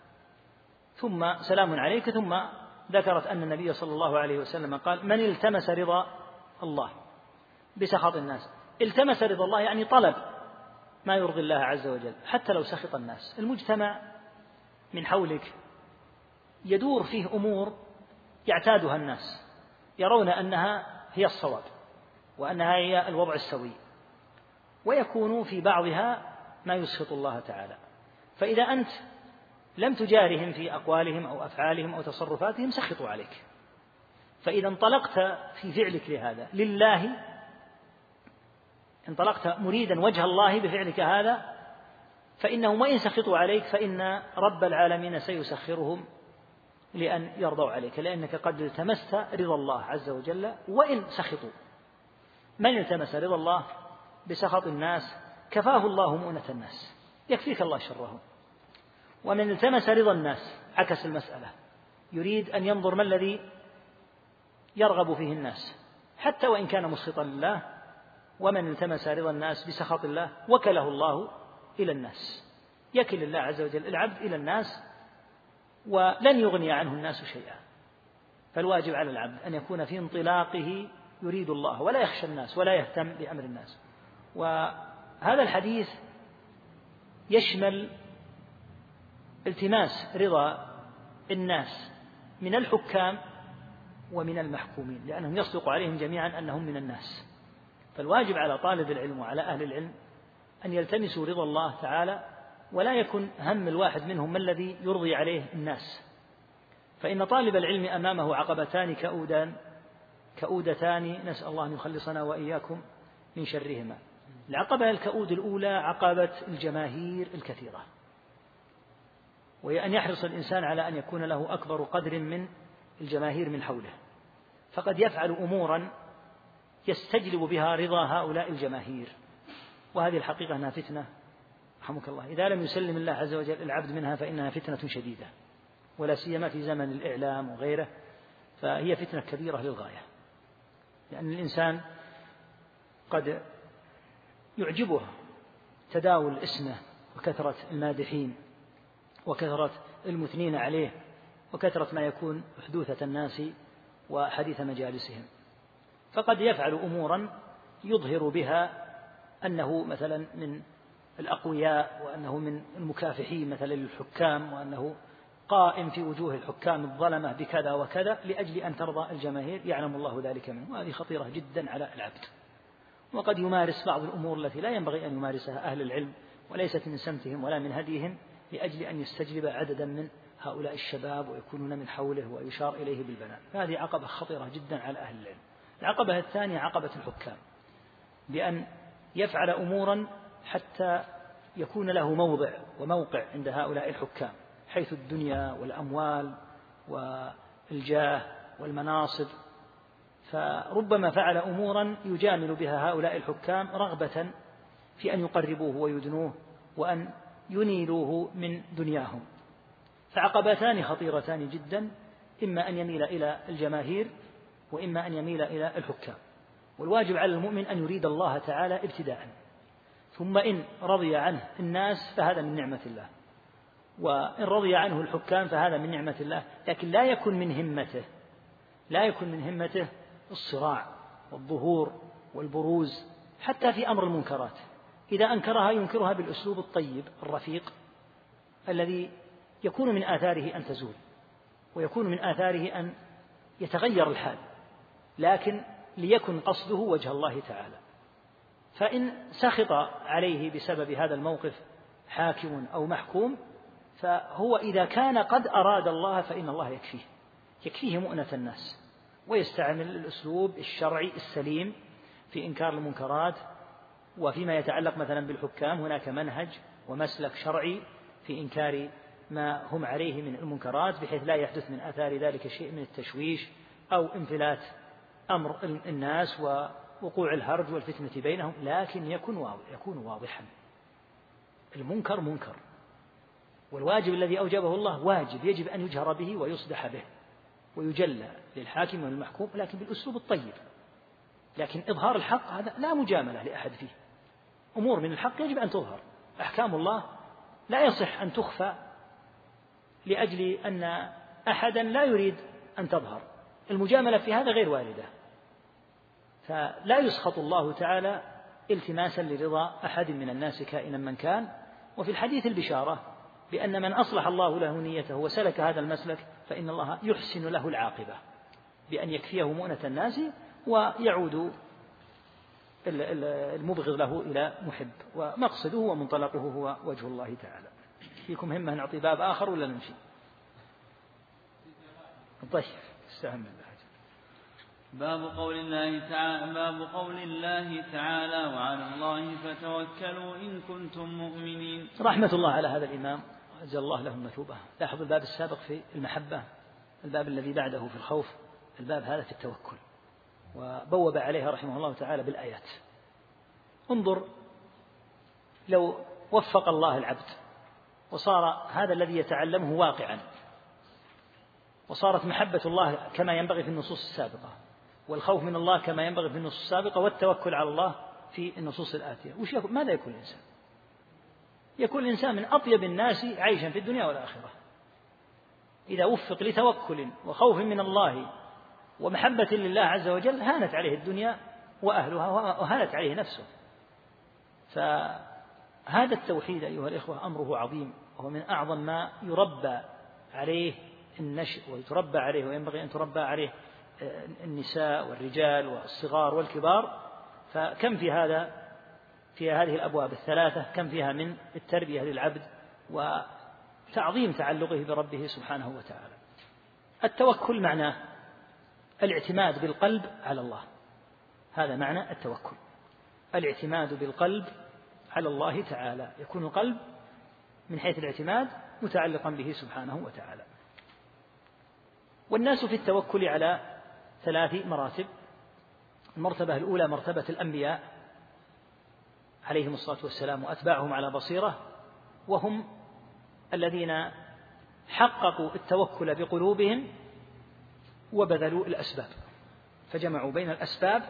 ثم سلام عليك، ثم ذكرت أن النبي صلى الله عليه وسلم قال: من التمس رضا الله بسخط الناس. التمس رضا الله يعني طلب ما يرضي الله عز وجل حتى لو سخط الناس. المجتمع من حولك يدور فيه أمور يعتادها الناس، يرون أنها هي الصواب وأنها هي الوضع السوي، ويكون في بعضها ما يسخط الله تعالى. فإذا أنت لم تجارهم في أقوالهم أو أفعالهم أو تصرفاتهم سخطوا عليك. فإذا انطلقت في فعلك لهذا لله، انطلقت مريدا وجه الله بفعلك هذا، فإنهم وإن سخطوا عليك فإن رب العالمين سيسخرهم لأن يرضوا عليك، لأنك قد التمست رضا الله عز وجل وإن سخطوا. من التمس رضا الله بسخط الناس كفاه الله مؤنة الناس، يكفيك الله شرهم. ومن التمس رضا الناس عكس المسألة، يريد أن ينظر ما الذي يرغب فيه الناس حتى وإن كان مسخطا لله. ومن التمس رضا الناس بسخط الله وكله الله إلى الناس، يكل الله عز وجل العبد إلى الناس ولن يغني عنه الناس شيئا. فالواجب على العبد أن يكون في انطلاقه يريد الله ولا يخشى الناس ولا يهتم بأمر الناس. وهذا الحديث يشمل التماس رضا الناس من الحكام ومن المحكومين، لأنهم يصدق عليهم جميعا أنهم من الناس. فالواجب على طالب العلم وعلى أهل العلم أن يلتمسوا رضا الله تعالى، ولا يكن هم الواحد منهم ما الذي يرضي عليه الناس. فإن طالب العلم أمامه عقبتان كؤودان كؤودتان، نسأل الله أن يخلصنا وإياكم من شرهما. العقبة الكؤود الأولى عقبة الجماهير الكثيرة، وأن يحرص الإنسان على أن يكون له أكبر قدر من الجماهير من حوله، فقد يفعل أمورا يستجلب بها رضا هؤلاء الجماهير، وهذه الحقيقة أنها فتنة رحمك الله. إذا لم يسلم الله عز وجل العبد منها فإنها فتنة شديدة، ولا سيما في زمن الإعلام وغيره، فهي فتنة كبيرة للغاية. لأن الإنسان قد يعجبه تداول اسمه وكثرة المادحين وكثرة المثنين عليه وكثرة ما يكون حدوثة الناس وحديث مجالسهم، فقد يفعل أمورا يظهر بها أنه مثلا من الأقوياء، وأنه من المكافحين مثلا للحكام، وأنه قائم في وجوه الحكام الظلمة بكذا وكذا لأجل أن ترضى الجماهير، يعلم الله ذلك منه، وهذه خطيرة جدا على العبد. وقد يمارس بعض الأمور التي لا ينبغي أن يمارسها أهل العلم وليست من سمتهم ولا من هديهم، لأجل أن يستجلب عددا من هؤلاء الشباب ويكونون من حوله ويشار إليه بالبنان. هذه عقبة خطيرة جدا على أهل العلم. العقبة الثانية عقبة الحكام، بأن يفعل أمورا حتى يكون له موضع وموقع عند هؤلاء الحكام، حيث الدنيا والأموال والجاه والمناصب، فربما فعل أمورا يجامل بها هؤلاء الحكام رغبة في أن يقربوه ويدنوه وأن ينيلوه من دنياهم. فعقبتان خطيرتان جدا، إما أن يميل إلى الجماهير وإما أن يميل إلى الحكام. والواجب على المؤمن أن يريد الله تعالى ابتداء، ثم إن رضي عنه الناس فهذا من نعمة الله، وإن رضي عنه الحكام فهذا من نعمة الله، لكن لا يكن من همته لا يكن من همته الصراع والظهور والبروز، حتى في أمر المنكرات إذا أنكرها ينكرها بالأسلوب الطيب الرفيق الذي يكون من آثاره أن تزول، ويكون من آثاره أن يتغير الحال، لكن ليكن قصده وجه الله تعالى. فإن سخط عليه بسبب هذا الموقف حاكم أو محكوم، فهو إذا كان قد أراد الله فإن الله يكفيه يكفيه مؤنة الناس، ويستعمل الأسلوب الشرعي السليم في إنكار المنكرات. وفيما يتعلق مثلا بالحكام هناك منهج ومسلك شرعي في إنكار ما هم عليه من المنكرات، بحيث لا يحدث من آثار ذلك شيء من التشويش أو انفلات أمر الناس ووقوع الهرج والفتنة بينهم، لكن يكون يكون واضحا. المنكر منكر، والواجب الذي أوجبه الله واجب يجب أن يجهر به ويصدح به ويجلى للحاكم والمحكوم، لكن بالأسلوب الطيب. لكن إظهار الحق هذا لا مجاملة لأحد فيه، أمور من الحق يجب أن تظهر، أحكام الله لا يصح أن تخفى لأجل أن أحدا لا يريد أن تظهر. المجاملة في هذا غير واردة، فلا يسخط الله تعالى التماسا لرضا أحد من الناس كائنا من كان. وفي الحديث البشارة بأن من أصلح الله له نيته وسلك هذا المسلك فإن الله يحسن له العاقبة بأن يكفيه مؤنة الناس ويعود المبغض له إلى محب، ومقصده ومنطلقه هو وجه الله تعالى. فيكم همة نعطي باب آخر ولا نمشي؟ طيب استهم الله. باب قول الله تعالى باب قول الله تعالى وعلى الله فتوكلوا إن كنتم مؤمنين. رحمة الله على هذا الإمام جزا الله له المثوبة. لاحظوا الباب السابق في المحبة، الباب الذي بعده في الخوف، الباب هذا في التوكل، وبوب عليها رحمه الله تعالى بالآيات. انظر لو وفق الله العبد وصار هذا الذي يتعلمه واقعا، وصارت محبة الله كما ينبغي في النصوص السابقة، والخوف من الله كما ينبغي في النصوص السابقة، والتوكل على الله في النصوص الآتية، وش يكون؟ ماذا يكون الإنسان؟ يكون الإنسان من أطيب الناس عيشا في الدنيا والآخرة إذا وفق لتوكل وخوف من الله ومحبة لله عز وجل. هانت عليه الدنيا وأهلها وهانت عليه نفسه. فهذا التوحيد أيها الإخوة أمره عظيم، وهو من أعظم ما يربى عليه النشء ويتربى عليه، وينبغي أن تربى عليه النساء والرجال والصغار والكبار. فكم في هذا في هذه الأبواب الثلاثة كم فيها من التربية للعبد وتعظيم تعلقه بربه سبحانه وتعالى. التوكل معناه الاعتماد بالقلب على الله، هذا معنى التوكل، الاعتماد بالقلب على الله تعالى. يكون القلب من حيث الاعتماد متعلقا به سبحانه وتعالى. والناس في التوكل على ثلاث مراتب. المرتبة الأولى مرتبة الأنبياء عليهم الصلاة والسلام وأتباعهم على بصيرة، وهم الذين حققوا التوكل بقلوبهم وبذلوا الأسباب، فجمعوا بين الأسباب،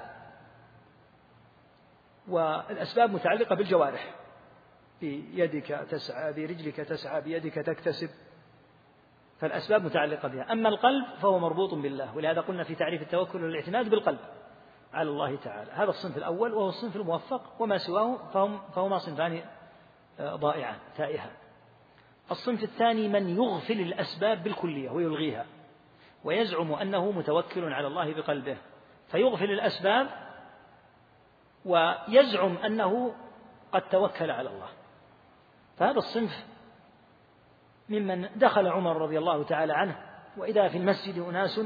والأسباب متعلقة بالجوارح، بيدك تسعى، برجلك تسعى، بيدك تكتسب، فالأسباب متعلقة بها. أما القلب فهو مربوط بالله، ولهذا قلنا في تعريف التوكل والاعتماد بالقلب على الله تعالى. هذا الصنف الأول وهو الصنف الموفق، وما سواه فهم فهما صنفان ضائعان تائهان. الصنف الثاني من يغفل الأسباب بالكلية ويلغيها، ويزعم أنه متوكل على الله بقلبه، فيغفل الأسباب ويزعم أنه قد توكل على الله. فهذا الصنف ممن دخل عمر رضي الله تعالى عنه وإذا في المسجد أناس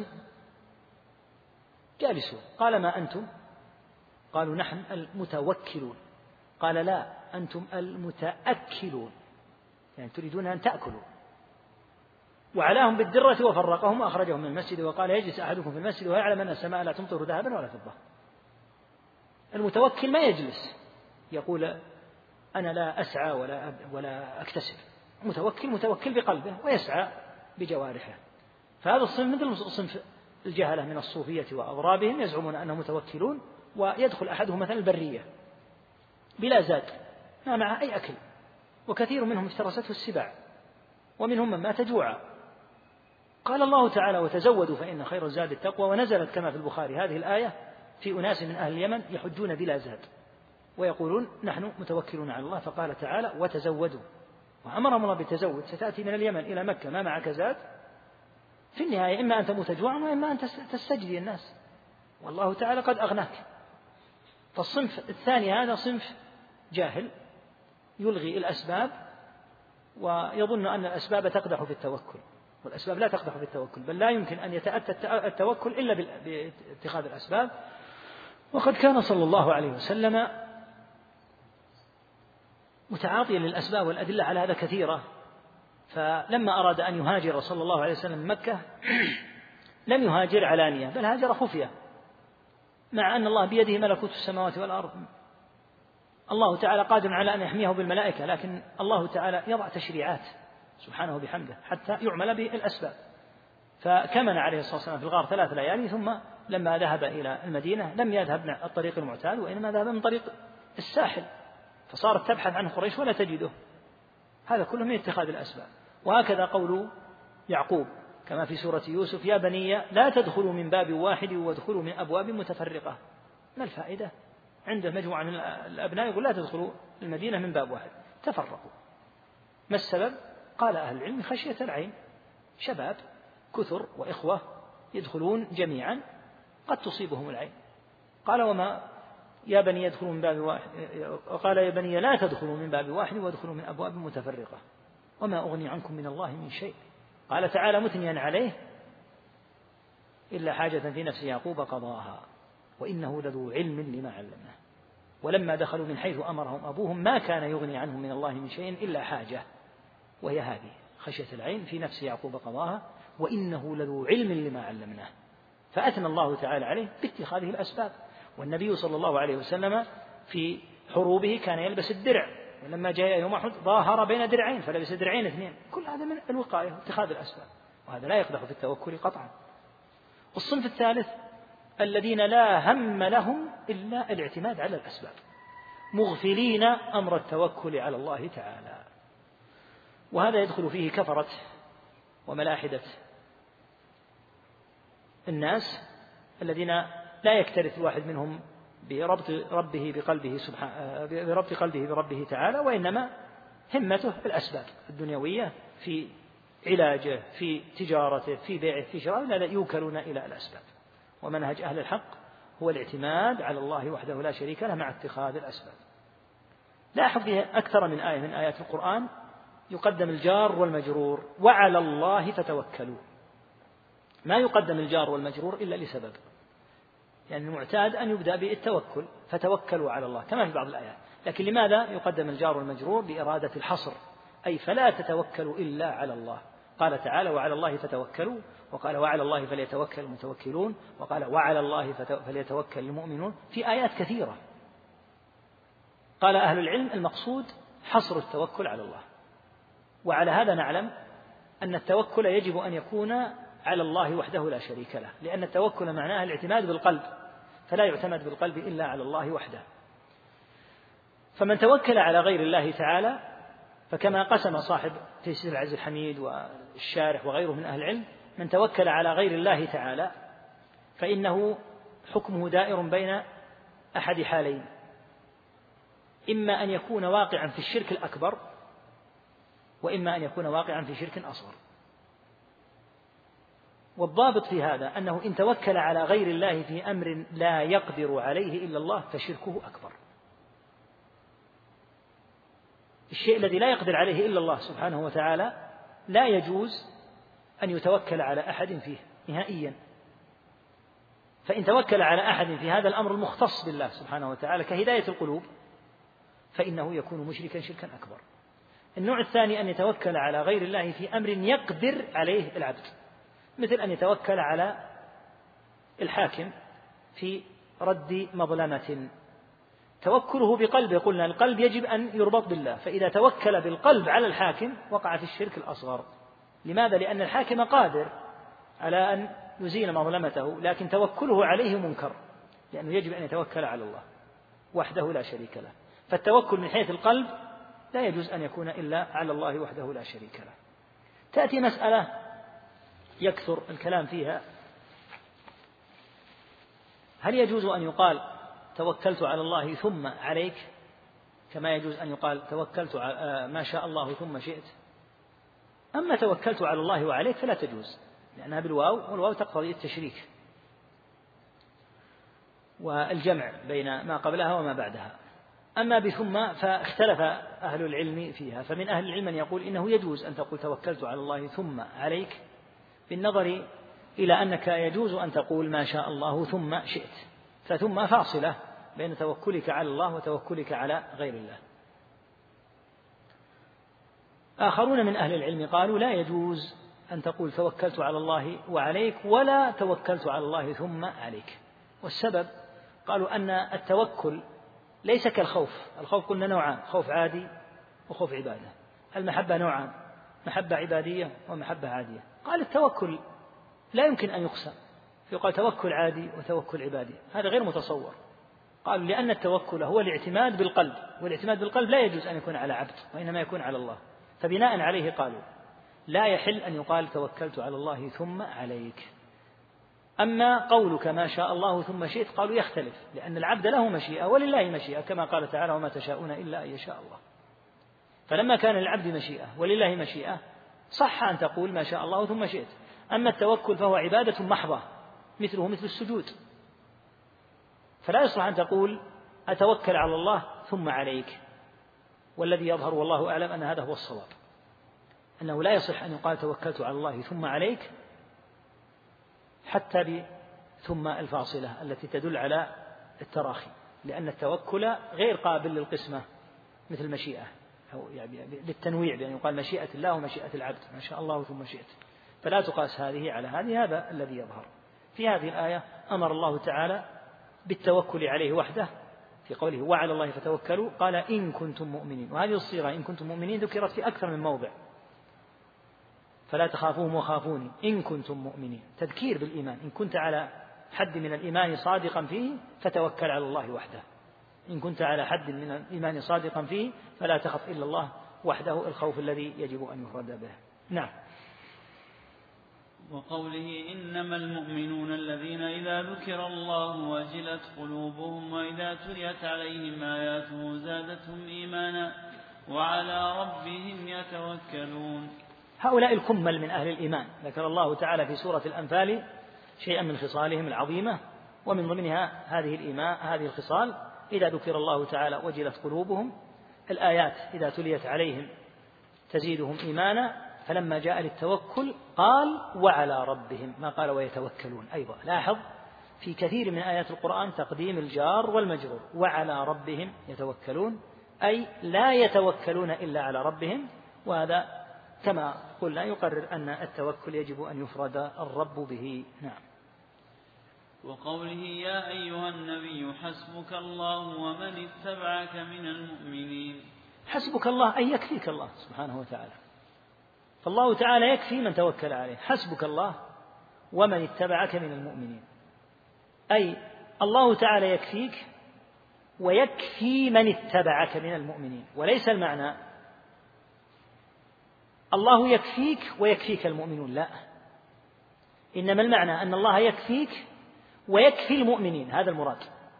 جالسون، قال: ما أنتم؟ قالوا: نحن المتوكلون. قال: لا، أنتم المتأكلون، يعني تريدون أن تأكلوا. وعلاهم بالدرة وفرقهم وأخرجهم من المسجد، وقال: يجلس أحدكم في المسجد ويعلم أن السماء لا تمطر ذهبا ولا فضة. المتوكل ما يجلس يقول أنا لا أسعى ولا ولا أكتسب، متوكل متوكل بقلبه ويسعى بجوارحه. فهذا الصنف مثل صنف الجهلة من الصوفية وأضرابهم، يزعمون أنهم متوكلون، ويدخل أحدهم مثلا البرية بلا زاد ما معه أي أكل، وكثير منهم افترسته السباع، ومنهم من مات جوعا. قال الله تعالى: وتزودوا فإن خير الزاد التقوى. ونزلت كما في البخاري هذه الآية في أناس من أهل اليمن يحجون بلا زاد ويقولون نحن متوكلون على الله، فقال تعالى: وتزودوا، وأمرهم الله بالتزود. ستأتي من اليمن إلى مكة ما معك زاد، في النهاية إما أن تموت جوعا وإما أن تستجدي الناس، والله تعالى قد أغناك. فالصنف الثاني هذا صنف جاهل يلغي الأسباب ويظن أن الأسباب تقدح في التوكل، والأسباب لا تقدح في التوكل، بل لا يمكن أن يتأتى التوكل إلا باتخاذ الأسباب. وقد كان صلى الله عليه وسلم متعاطيا للأسباب، والأدلة على هذا كثيرة. فلما أراد أن يهاجر صلى الله عليه وسلم من مكة لم يهاجر علانية، بل هاجر خفية، مع أن الله بيده ملكوت السماوات والأرض. الله تعالى قادر على أن يحميه بالملائكة، لكن الله تعالى يضع تشريعات سبحانه بحمده حتى يعمل بالأسباب. فكمن عليه الصلاة والسلام في الغار ثلاث ليالي، ثم لما ذهب إلى المدينة لم يذهب من الطريق المعتاد، وإنما ذهب من طريق الساحل، فصارت تبحث عنه قريش ولا تجده. هذا كله من اتخاذ الأسباب. وهكذا قول يعقوب كما في سورة يوسف: يا بني لا تدخلوا من باب واحد وادخلوا من أبواب متفرقة. ما الفائدة؟ عنده مجموعة من الأبناء يقول لا تدخلوا المدينة من باب واحد، تفرقوا. ما السبب؟ قال أهل العلم: خشية العين، شباب كثر وإخوة يدخلون جميعا قد تصيبهم العين. قال: وما يا بني يدخلوا من باب واحد، وقال: يا بني لا تدخلوا من باب واحد وادخلوا من أبواب متفرقة وما أغني عنكم من الله من شيء. قال تعالى مثنيا عليه: إلا حاجة في نفس يعقوب قضاها وإنه لذو علم لما علمناه. ولما دخلوا من حيث أمرهم أبوهم ما كان يغني عنهم من الله من شيء إلا حاجة، وهي هذه خشية العين في نفس يعقوب قضاها وإنه لذو علم لما علمناه. فأثنى الله تعالى عليه باتخاذه الأسباب. والنبي صلى الله عليه وسلم في حروبه كان يلبس الدرع، ولما جاء يوم أحد ظاهر بين درعين فلبس درعين اثنين. كل هذا من الوقاية واتخاذ الأسباب، وهذا لا يقدح في التوكل قطعا. والصنف الثالث الذين لا هم لهم إلا الاعتماد على الأسباب، مغفلين أمر التوكل على الله تعالى. وهذا يدخل فيه كفرة وملاحدة الناس الذين لا يكترث الواحد منهم بربط ربه بقلبه سبحانه بربط قلبه بربه تعالى، وإنما همته الأسباب الدنيوية في علاجه، في تجارته، في بيعه، في شرائه، لا يوكلون إلى الأسباب. ومنهج أهل الحق هو الاعتماد على الله وحده لا شريك له مع اتخاذ الأسباب. لاحظ فيها أكثر من آية من آيات القرآن يقدم الجار والمجرور، وعلى الله فتوكلوا. ما يقدم الجار والمجرور إلا لسبب، يعني المعتاد أن يبدأ بالتوكل، فتوكلوا على الله كما في بعض الآيات. لكن لماذا يقدم الجار والمجرور؟ بإرادة الحصر، أي فلا تتوكلوا إلا على الله. قال تعالى وعلى الله فتوكلوا، وقال وعلى الله فليتوكل المتوكلون، وقال وعلى الله فليتوكل المؤمنون، في آيات كثيرة. قال أهل العلم المقصود حصر التوكل على الله. وعلى هذا نعلم أن التوكل يجب أن يكون على الله وحده لا شريك له، لأن التوكل معناه الاعتماد بالقلب، فلا يعتمد بالقلب إلا على الله وحده. فمن توكل على غير الله تعالى، فكما قسم صاحب تيسير العزيز الحميد والشارح وغيره من أهل العلم، من توكل على غير الله تعالى فإنه حكمه دائر بين أحد حالين: إما أن يكون واقعا في الشرك الأكبر، وإما أن يكون واقعا في شرك أصغر. والضابط في هذا أنه إن توكل على غير الله في أمر لا يقدر عليه إلا الله فشركه أكبر. الشيء الذي لا يقدر عليه إلا الله سبحانه وتعالى لا يجوز أن يتوكل على أحد فيه نهائيا. فإن توكل على أحد في هذا الأمر المختص بالله سبحانه وتعالى كهداية القلوب فإنه يكون مشركا شركا أكبر. النوع الثاني أن يتوكل على غير الله في أمر يقدر عليه العبد، مثل أن يتوكل على الحاكم في رد مظلمة. توكله بقلبه، قلنا القلب يجب أن يربط بالله، فإذا توكل بالقلب على الحاكم وقع في الشرك الأصغر. لماذا؟ لأن الحاكم قادر على أن يزيل مظلمته، لكن توكله عليه منكر، لأنه يجب أن يتوكل على الله وحده لا شريك له. فالتوكل من حيث القلب لا يجوز أن يكون إلا على الله وحده لا شريك له. تأتي مسألة يكثر الكلام فيها: هل يجوز أن يقال توكلت على الله ثم عليك، كما يجوز أن يقال توكلت على ما شاء الله ثم شئت؟ أما توكلت على الله وعليك فلا تجوز، لأنها بالواو، والواو تقتضي التشريك والجمع بين ما قبلها وما بعدها. أما بثم فاختلف أهل العلم فيها، فمن أهل العلم من يقول إنه يجوز أن تقول توكلت على الله ثم عليك، بالنظر إلى أنك يجوز أن تقول ما شاء الله ثم شئت، فثم فاصلة بين توكلك على الله وتوكلك على غير الله. آخرون من أهل العلم قالوا لا يجوز أن تقول توكلت على الله وعليك ولا توكلت على الله ثم عليك. والسبب قالوا أن التوكل ليس كالخوف. الخوف قلنا نوعان: خوف عادي وخوف عبادة. المحبة نوعان: محبة عبادية ومحبة عادية. قال التوكل لا يمكن أن يقسم، يقال توكل عادي وتوكل عبادي، هذا غير متصور. قالوا لأن التوكل هو الاعتماد بالقلب، والاعتماد بالقلب لا يجوز أن يكون على عبد، وإنما يكون على الله. فبناء عليه قالوا لا يحل أن يقال توكلت على الله ثم عليك. أما قولك ما شاء الله ثم شئت قالوا يختلف، لأن العبد له مشيئة ولله مشيئة، كما قال تعالى وما تشاءون إلا أن يشاء الله. فلما كان للعبد مشيئة ولله مشيئة صح أن تقول ما شاء الله ثم شئت. أما التوكل فهو عبادة محضة مثله مثل السجود، فلا يصلح أن تقول أتوكل على الله ثم عليك. والذي يظهر والله أعلم أن هذا هو الصواب، أنه لا يصح أن يقال توكلت على الله ثم عليك حتى ب ثم الفاصلة التي تدل على التراخي، لأن التوكل غير قابل للقسمة مثل المشيئة أو يعني للتنويع، بأن يقال مشيئة الله ومشيئة العبد، ما شاء الله ثم شئت، فلا تقاس هذه على هذه. هذا الذي يظهر في هذه الآية. أمر الله تعالى بالتوكل عليه وحده في قوله وعلى الله فتوكلوا، قال إن كنتم مؤمنين، وهذه الصيغة إن كنتم مؤمنين ذكرت في أكثر من موضع، فلا تخافوهم وخافوني إن كنتم مؤمنين، تذكير بالإيمان. إن كنت على حد من الإيمان صادقا فيه فتوكل على الله وحده، إن كنت على حد من الإيمان صادقا فيه فلا تخف إلا الله وحده، الخوف الذي يجب أن يفرد به. نعم. وقوله إنما المؤمنون الذين إذا ذكر الله وجلت قلوبهم وإذا تليت عليهم آياته زادتهم إيمانا وعلى ربهم يتوكلون. هؤلاء الكمل من أهل الإيمان ذكر الله تعالى في سورة الأنفال شيئا من خصالهم العظيمة، ومن ضمنها هذه الإيمان هذه الخصال: إذا ذكر الله تعالى وجلت قلوبهم، الآيات إذا تليت عليهم تزيدهم إيمانا. فلما جاء للتوكل قال وعلى ربهم، ما قال ويتوكلون. أيضا لاحظ في كثير من آيات القرآن تقديم الجار والمجرور، وعلى ربهم يتوكلون، أي لا يتوكلون إلا على ربهم. وهذا كما قلنا يقرر أن التوكل يجب أن يفرد الرب به. نعم. وقوله يا أيها النبي حسبك الله ومن اتبعك من المؤمنين. حسبك الله أي يكفيك الله سبحانه وتعالى، فالله تعالى يكفي من توكل عليه. حسبك الله ومن اتبعك من المؤمنين، أي الله تعالى يكفيك ويكفي من اتبعك من المؤمنين. وليس المعنى الله يكفيك ويكفيك المؤمنون، لا، إنما المعنى أن الله يكفيك ويكفي المؤمنين، هذا المراد.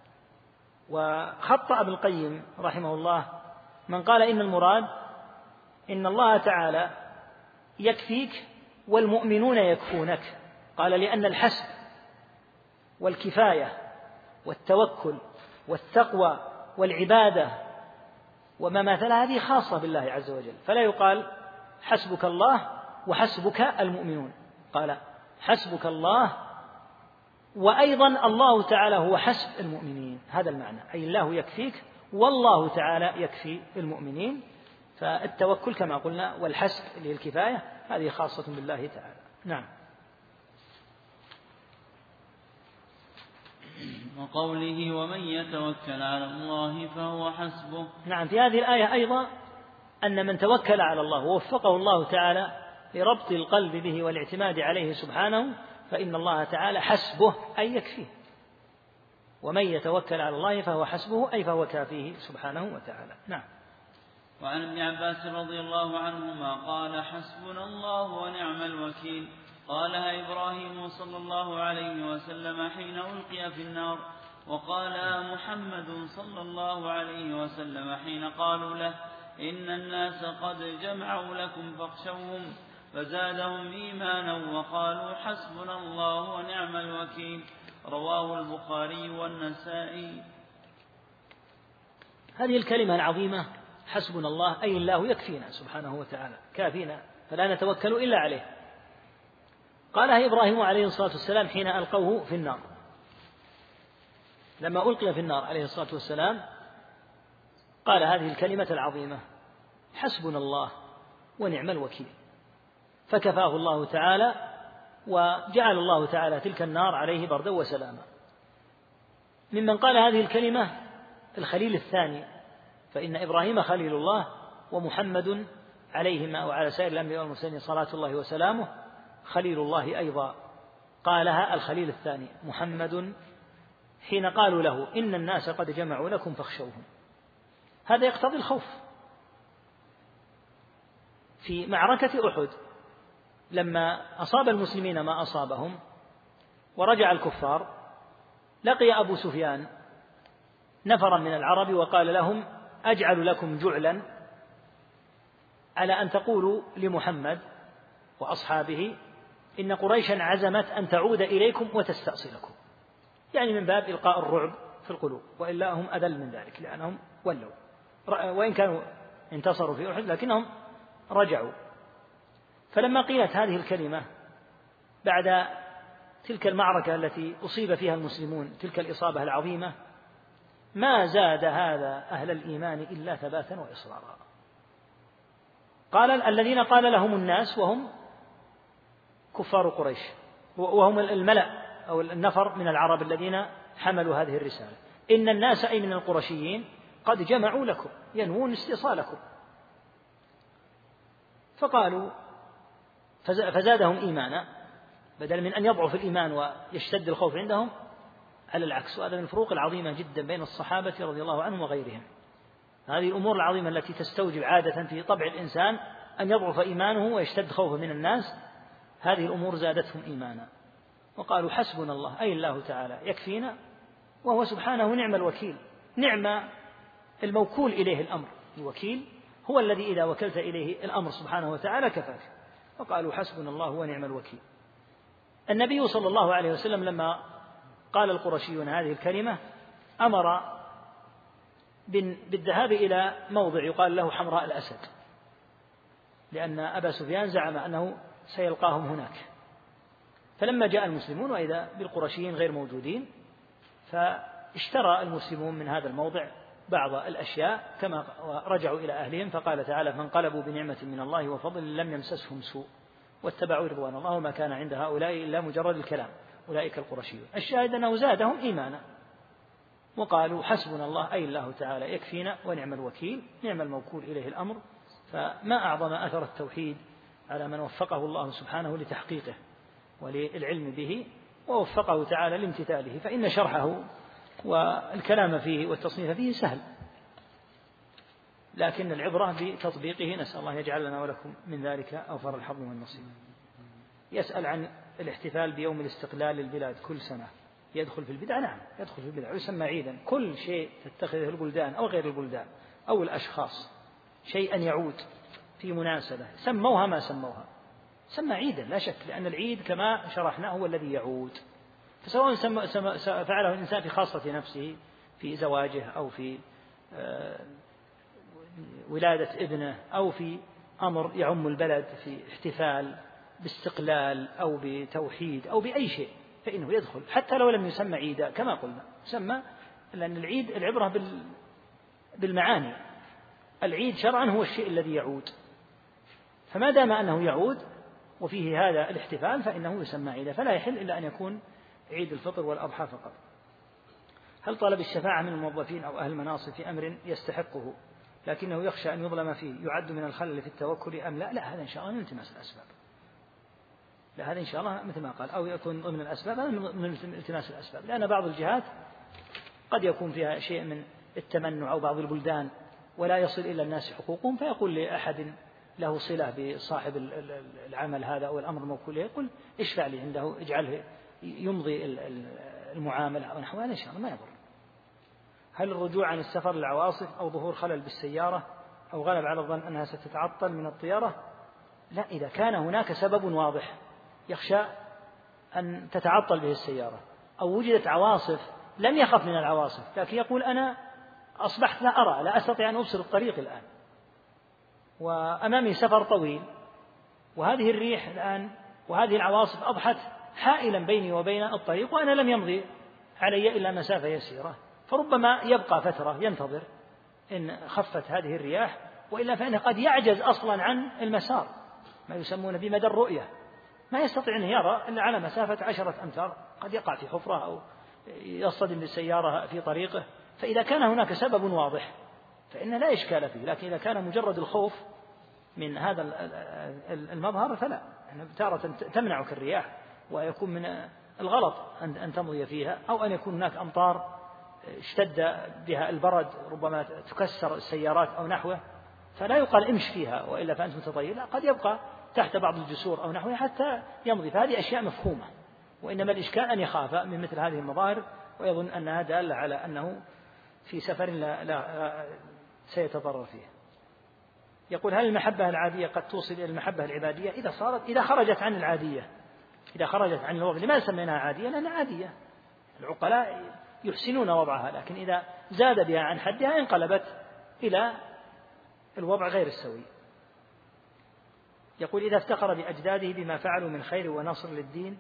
وخطأ ابن القيم رحمه الله من قال إن المراد إن الله تعالى يكفيك والمؤمنون يكفونك، قال لأن الحسب والكفاية والتوكل والتقوى والعبادة وما مثل هذه خاصة بالله عز وجل، فلا يقال حسبك الله وحسبك المؤمنون، قال حسبك الله وأيضا الله تعالى هو حسب المؤمنين، هذا المعنى، أي الله يكفيك والله تعالى يكفي المؤمنين. فالتوكل كما قلنا والحسب للكفاية هذه خاصة بالله تعالى. نعم. وقوله ومن يتوكل على الله فهو حسبه. نعم، في هذه الآية أيضا أن من توكل على الله ووفقه الله تعالى لربط القلب به والاعتماد عليه سبحانه فإن الله تعالى حسبه أي يكفيه. ومن يتوكل على الله فهو حسبه أي فهو كافيه سبحانه وتعالى. نعم. وعن ابن عباس رضي الله عنهما قال حسبنا الله ونعم الوكيل، قالها إبراهيم صلى الله عليه وسلم حين ألقي في النار، وقال محمد صلى الله عليه وسلم حين قالوا له إن الناس قد جمعوا لكم فاخشوهم، فزادهم إيمانا وقالوا حسبنا الله ونعم الوكيل. رواه البخاري والنسائي. هذه الكلمة العظيمة حسبنا الله أي الله يكفينا سبحانه وتعالى، كافينا فلا نتوكل إلا عليه. قالها إبراهيم عليه الصلاة والسلام حين ألقوه في النار، لما ألقي في النار عليه الصلاة والسلام قال هذه الكلمة العظيمة حسبنا الله ونعم الوكيل، فكفاه الله تعالى وجعل الله تعالى تلك النار عليه بردا وسلاما. ممن قال هذه الكلمة الخليل الثاني، فإن إبراهيم خليل الله ومحمد عليهما وعلى سائر الأنبياء والمرسلين صلاة الله وسلامه خليل الله أيضا. قالها الخليل الثاني محمد حين قالوا له إن الناس قد جمعوا لكم فاخشوهم. هذا يقتضي الخوف. في معركة أحد لما أصاب المسلمين ما أصابهم ورجع الكفار، لقي أبو سفيان نفرا من العرب وقال لهم أجعل لكم جعلا على أن تقولوا لمحمد وأصحابه إن قريشا عزمت أن تعود إليكم وتستأصلكم، يعني من باب إلقاء الرعب في القلوب، وإلا هم أذل من ذلك لأنهم ولوا، وإن كانوا انتصروا في أحد لكنهم رجعوا. فلما قيلت هذه الكلمة بعد تلك المعركة التي أصيب فيها المسلمون تلك الإصابة العظيمة ما زاد هذا أهل الإيمان إلا ثباتا وإصرارا. قال الذين قال لهم الناس وهم كفار قريش وهم الملأ أو النفر من العرب الذين حملوا هذه الرسالة، إن الناس أي من القرشيين قد جمعوا لكم ينوون استئصالكم. فقالوا فزادهم إيمانا، بدل من أن يضعف الإيمان ويشتد الخوف عندهم، على العكس. وهذا من الفروق العظيمة جدا بين الصحابة رضي الله عنهم وغيرهم. هذه الأمور العظيمة التي تستوجب عادة في طبع الإنسان أن يضعف إيمانه ويشتد خوفه من الناس، هذه الأمور زادتهم إيمانا وقالوا حسبنا الله أي الله تعالى يكفينا وهو سبحانه نعم الوكيل. نعم الموكول إليه الأمر، الوكيل هو الذي إذا وكلت إليه الأمر سبحانه وتعالى كفاك. وقالوا حسبنا الله ونعم الوكيل. النبي صلى الله عليه وسلم لما قال القرشيون هذه الكلمة أمر بالذهاب إلى موضع يقال له حمراء الأسد، لأن أبا سفيان زعم أنه سيلقاهم هناك. فلما جاء المسلمون وإذا بالقرشيين غير موجودين، فاشترى المسلمون من هذا الموضع بعض الأشياء كما رجعوا إلى أهلهم. فقال تعالى فانقلبوا بنعمة من الله وفضل لم يمسسهم سوء واتبعوا رضوان الله وما كان عند هؤلاء إلا مجرد الكلام، أولئك القرشيون. الشاهد أنه زادهم إيمانا وقالوا حسبنا الله أي الله تعالى يكفينا ونعم الوكيل، نعم الموكول إليه الأمر. فما أعظم أثر التوحيد على من وفقه الله سبحانه لتحقيقه وللعلم به ووفقه تعالى لامتثاله، فإن شرحه والكلام فيه والتصنيف فيه سهل، لكن العبرة بتطبيقه. نسأل الله يجعل لنا ولكم من ذلك أوفر الحظ والنصيب. يسأل عن الاحتفال بيوم الاستقلال للبلاد كل سنة، يدخل في البدع؟ نعم يدخل في البدع ويسمى عيدا. كل شيء تتخذه البلدان أو غير البلدان أو الأشخاص شيئا يعود في مناسبة سموها ما سموها سمى عيدا لا شك، لأن العيد كما شرحنا هو الذي يعود. فسواء فعله الإنسان في خاصة نفسه في زواجه أو في ولادة ابنه أو في أمر يعم البلد في احتفال باستقلال أو بتوحيد أو بأي شيء، فإنه يدخل حتى لو لم يسمى عيدا كما قلنا. يسمى لأن العيد العبرة بالمعاني. العيد شرعا هو الشيء الذي يعود، فما دام أنه يعود وفيه هذا الاحتفال فإنه يسمى عيدا، فلا يحل إلا أن يكون عيد الفطر والأضحى فقط. هل طلب الشفاعة من الموظفين أو أهل المناصب في أمر يستحقه لكنه يخشى أن يظلم فيه يعد من الخلل في التوكل أم لا؟ لا، هذا إن شاء الله من التماس الأسباب. لا، هذا إن شاء الله مثل ما قال أو يكون ضمن الأسباب، هذا من التماس الأسباب، لأن بعض الجهات قد يكون فيها شيء من التمنع أو بعض البلدان ولا يصل إلى الناس حقوقهم، فيقول لأحد له صلة بصاحب العمل هذا أو الأمر الموكول يقول اشفع لي عنده اجعله يمضي المعاملة أو نحوها، إن شاء الله ما يضر. هل الرجوع عن السفر للعواصف أو ظهور خلل بالسيارة أو غلب على الظن أنها ستتعطل من الطيارة؟ لا، إذا كان هناك سبب واضح يخشى أن تتعطل به السيارة أو وجدت عواصف لم يخف من العواصف لكن يقول أنا أصبحت لا أرى لا أستطيع أن أبصر الطريق الآن وأمامي سفر طويل وهذه الريح الآن وهذه العواصف أضحت حائلا بيني وبين الطريق وأنا لم يمضي علي إلا مسافة يسيرة، فربما يبقى فترة ينتظر إن خفت هذه الرياح، وإلا فإنه قد يعجز أصلا عن المسار، ما يسمون بمدى الرؤية، ما يستطيع أن يرى إلا على مسافة عشرة أمتار، قد يقع في حفرة أو يصطدم بالسيارة في طريقه. فإذا كان هناك سبب واضح فإن لا إشكال فيه، لكن إذا كان مجرد الخوف من هذا المظهر فلا، تارة تمنعك الرياح ويكون من الغلط أن تمضي فيها، أو أن يكون هناك أمطار اشتد بها البرد ربما تكسر السيارات أو نحوه، فلا يقال امش فيها وإلا فأنت متطير، لا، قد يبقى تحت بعض الجسور أو نحوه حتى يمضي. فهذه أشياء مفهومة، وإنما الإشكال أن يخاف من مثل هذه المظاهر ويظن أنها دالة على أنه في سفر لا, لا سيتضرر فيه. يقول هل المحبة العادية قد توصل إلى المحبة العبادية إذا صارت إذا خرجت عن العادية، إذا خرجت عن الوضع؟ لماذا سميناها عادية؟ لأنها عادية، العقلاء يحسنون وضعها، لكن إذا زاد بها عن حدها انقلبت إلى الوضع غير السوي. يقول إذا افتخر بأجداده بما فعلوا من خير ونصر للدين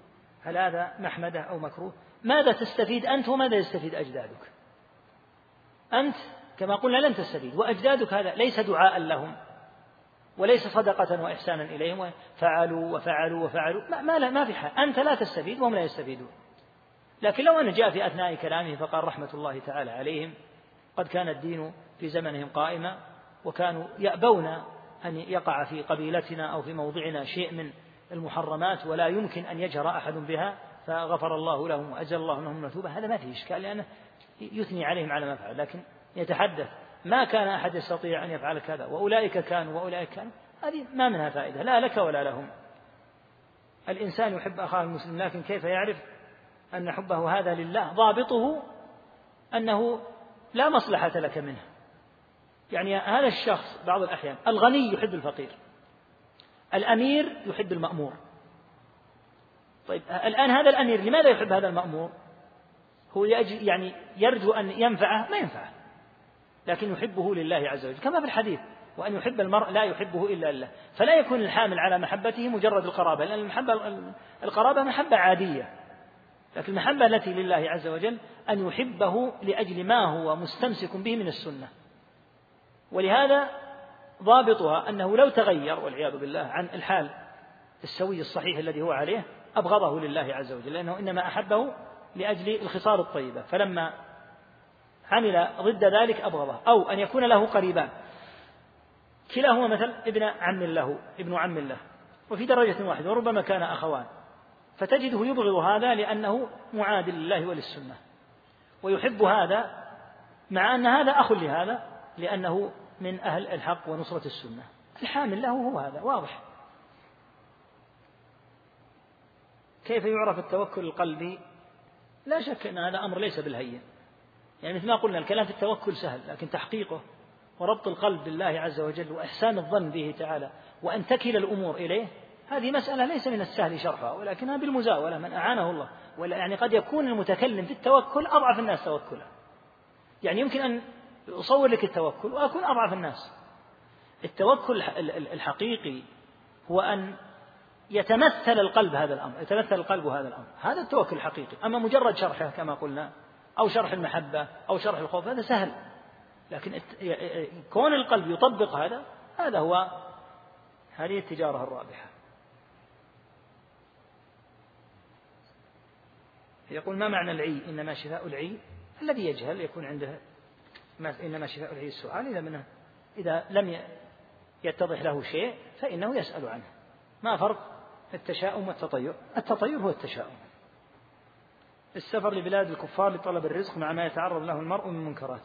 هل هذا محمدة أو مكروه؟ ماذا تستفيد أنت وماذا يستفيد أجدادك؟ أنت كما قلنا لن تستفيد، وأجدادك هذا ليس دعاء لهم وليس صدقة وإحسانا إليهم، فعلوا وفعلوا وفعلوا، ما, ما, لا ما في حال، أنت لا تستفيد وهم لا يستفيدون. لكن لو أن جاء في أثناء كلامه فقال رحمة الله تعالى عليهم قد كان الدين في زمنهم قائما وكانوا يأبون أن يقع في قبيلتنا أو في موضعنا شيء من المحرمات ولا يمكن أن يجهر أحد بها، فغفر الله لهم وأجل الله لهم المثوبة، هذا ما فيه إشكال لأنه يثني عليهم على ما فعل. لكن يتحدث ما كان أحد يستطيع أن يفعل كذا وأولئك كانوا وأولئك كانوا، هذه ما منها فائدة لا لك ولا لهم. الإنسان يحب أخاه المسلم، لكن كيف يعرف أن حبه هذا لله؟ ضابطه أنه لا مصلحة لك منه. يعني هذا الشخص بعض الأحيان الغني يحب الفقير، الأمير يحب المأمور. طيب الآن هذا الأمير لماذا يحب هذا المأمور؟ هو يعني يرجو أن ينفعه؟ ما ينفعه، لكن يحبه لله عز وجل، كما في الحديث وأن يحب المرء لا يحبه إلا الله. فلا يكون الحامل على محبته مجرد القرابة، لأن المحبة القرابة محبة عادية، لكن المحبة التي لله عز وجل أن يحبه لأجل ما هو مستمسك به من السنة. ولهذا ضابطها أنه لو تغير والعياذ بالله عن الحال السوي الصحيح الذي هو عليه أبغضه لله عز وجل، لأنه إنما أحبه لأجل الخصال الطيبة، فلما عمل ضد ذلك أبغضه. أو أن يكون له قريبان كلاهما مثل ابن عم له ابن عم له وفي درجة واحدة وربما كان أخوان، فتجده يبغض هذا لأنه معاد لله وللسنة، ويحب هذا مع أن هذا أخ لهذا لأنه من أهل الحق ونصرة السنة. الحامل له هو هذا واضح. كيف يعرف التوكل القلبي؟ لا شك أن هذا أمر ليس بالهين، يعني مثل ما قلنا الكلام في التوكل سهل، لكن تحقيقه وربط القلب بالله عز وجل وإحسان الظن به تعالى وأن تكل الأمور إليه، هذه مسألة ليس من السهل شرحها، ولكنها بالمزاولة من أعانه الله. ولا يعني قد يكون المتكلم في التوكل أضعف الناس توكلا، يعني يمكن أن أصور لك التوكل وأكون أضعف الناس. التوكل الحقيقي هو أن يتمثل القلب هذا الأمر، يتمثل القلب هذا الأمر، هذا التوكل الحقيقي. أما مجرد شرحه كما قلنا أو شرح المحبة أو شرح الخوف هذا سهل، لكن كون القلب يطبق هذا هذا هو هذه التجارة الرابحة. يقول ما معنى العي؟ إنما شفاء العي الذي يجهل يكون عنده إنما شفاء العي السؤال، إذا منه إذا لم يتضح له شيء فإنه يسأل عنه. ما فرق التشاؤم والتطير؟ التطير هو التشاؤم. السفر لبلاد الكفار لطلب الرزق مع ما يتعرض له المرء من منكرات.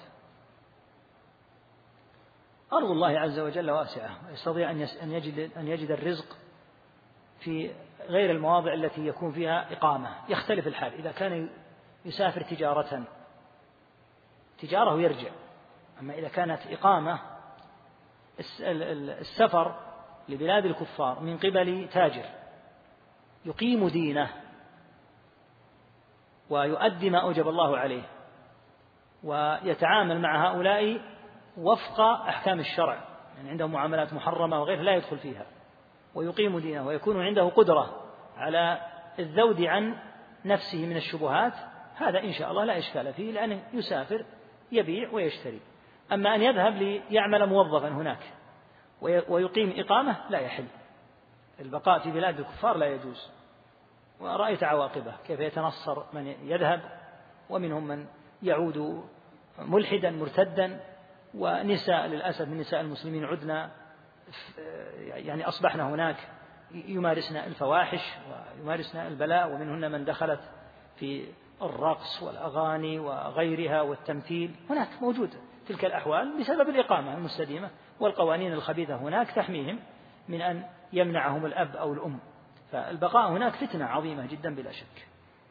أرض الله عز وجل واسعة، يستطيع أن يجد أن يجد الرزق في غير المواضع التي يكون فيها إقامة. يختلف الحال، إذا كان يسافر تجارة تجارة ويرجع، أما إذا كانت إقامة السفر لبلاد الكفار من قبل تاجر يقيم دينه ويؤدي ما أوجب الله عليه ويتعامل مع هؤلاء وفق أحكام الشرع، يعني عندهم معاملات محرمة وغير لا يدخل فيها، ويقيم دينه ويكون عنده قدرة على الذود عن نفسه من الشبهات، هذا إن شاء الله لا إشكال فيه، لأنه يسافر يبيع ويشتري. أما أن يذهب ليعمل موظفا هناك ويقيم إقامة لا يحل، البقاء في بلاد الكفار لا يجوز. ورأيت عواقبه كيف يتنصر من يذهب، ومنهم من يعود ملحدا مرتدا، ونساء للأسف من نساء المسلمين عدنا يعني أصبحنا هناك يمارسن الفواحش ويمارسن البلاء، ومنهن من دخلت في الرقص والأغاني وغيرها والتمثيل، هناك موجود تلك الأحوال بسبب الإقامة المستديمة والقوانين الخبيثة هناك تحميهم من أن يمنعهم الأب أو الأم. فالبقاء هناك فتنة عظيمة جدا بلا شك.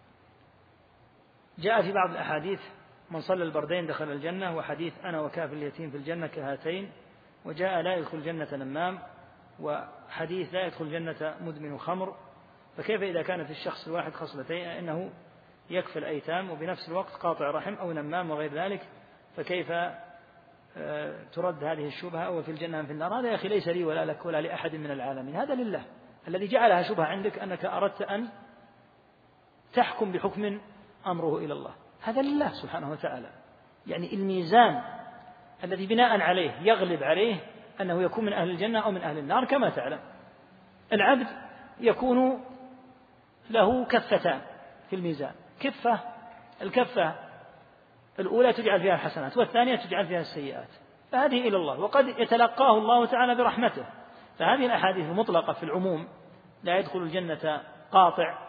جاء في بعض الأحاديث من صلى البردين دخل الجنة، وحديث أنا وكافل اليتيم في الجنة كهاتين، وجاء لا يدخل الجنة نمام، وحديث لا يدخل الجنة مدمن خمر. فكيف إذا كانت الشخص الواحد خصلتين، أنه يكفل أيتام وبنفس الوقت قاطع رحم أو نمام وغير ذلك، فكيف ترد هذه الشبهة أو في الجنة في النار؟ هذا يا أخي ليس لي ولا لك ولا لأحد من العالمين، هذا لله. الذي جعلها شبهة عندك أنك أردت أن تحكم بحكم أمره إلى الله، هذا لله سبحانه وتعالى. يعني الميزان الذي بناء عليه يغلب عليه أنه يكون من أهل الجنة أو من أهل النار. كما تعلم العبد يكون له كفتان في الميزان، كفة الكفة الأولى تجعل فيها الحسنات والثانية تجعل فيها السيئات، فهذه إلى الله، وقد يتلقاه الله تعالى برحمته. فهذه الأحاديث المطلقة في العموم لا يدخل الجنة قاطع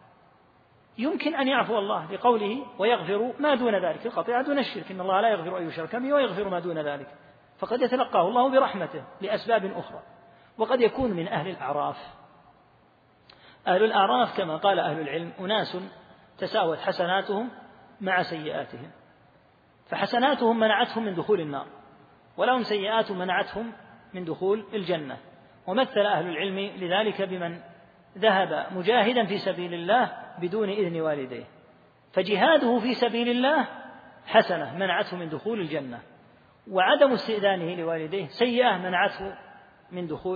يمكن أن يعفو الله لقوله ويغفر ما دون ذلك، القطيعة دون الشرك، إن الله لا يغفر أن يشرك به ويغفر ما دون ذلك، فقد يتلقاه الله برحمته لأسباب أخرى. وقد يكون من أهل الأعراف. أهل الأعراف كما قال أهل العلم أناس تساوت حسناتهم مع سيئاتهم، فحسناتهم منعتهم من دخول النار، ولهم سيئات منعتهم من دخول الجنة. ومثل أهل العلم لذلك بمن ذهب مجاهدا في سبيل الله بدون إذن والديه، فجهاده في سبيل الله حسنة منعته من دخول الجنة، وعدم استئذانه لوالديه سيئة منعته من دخول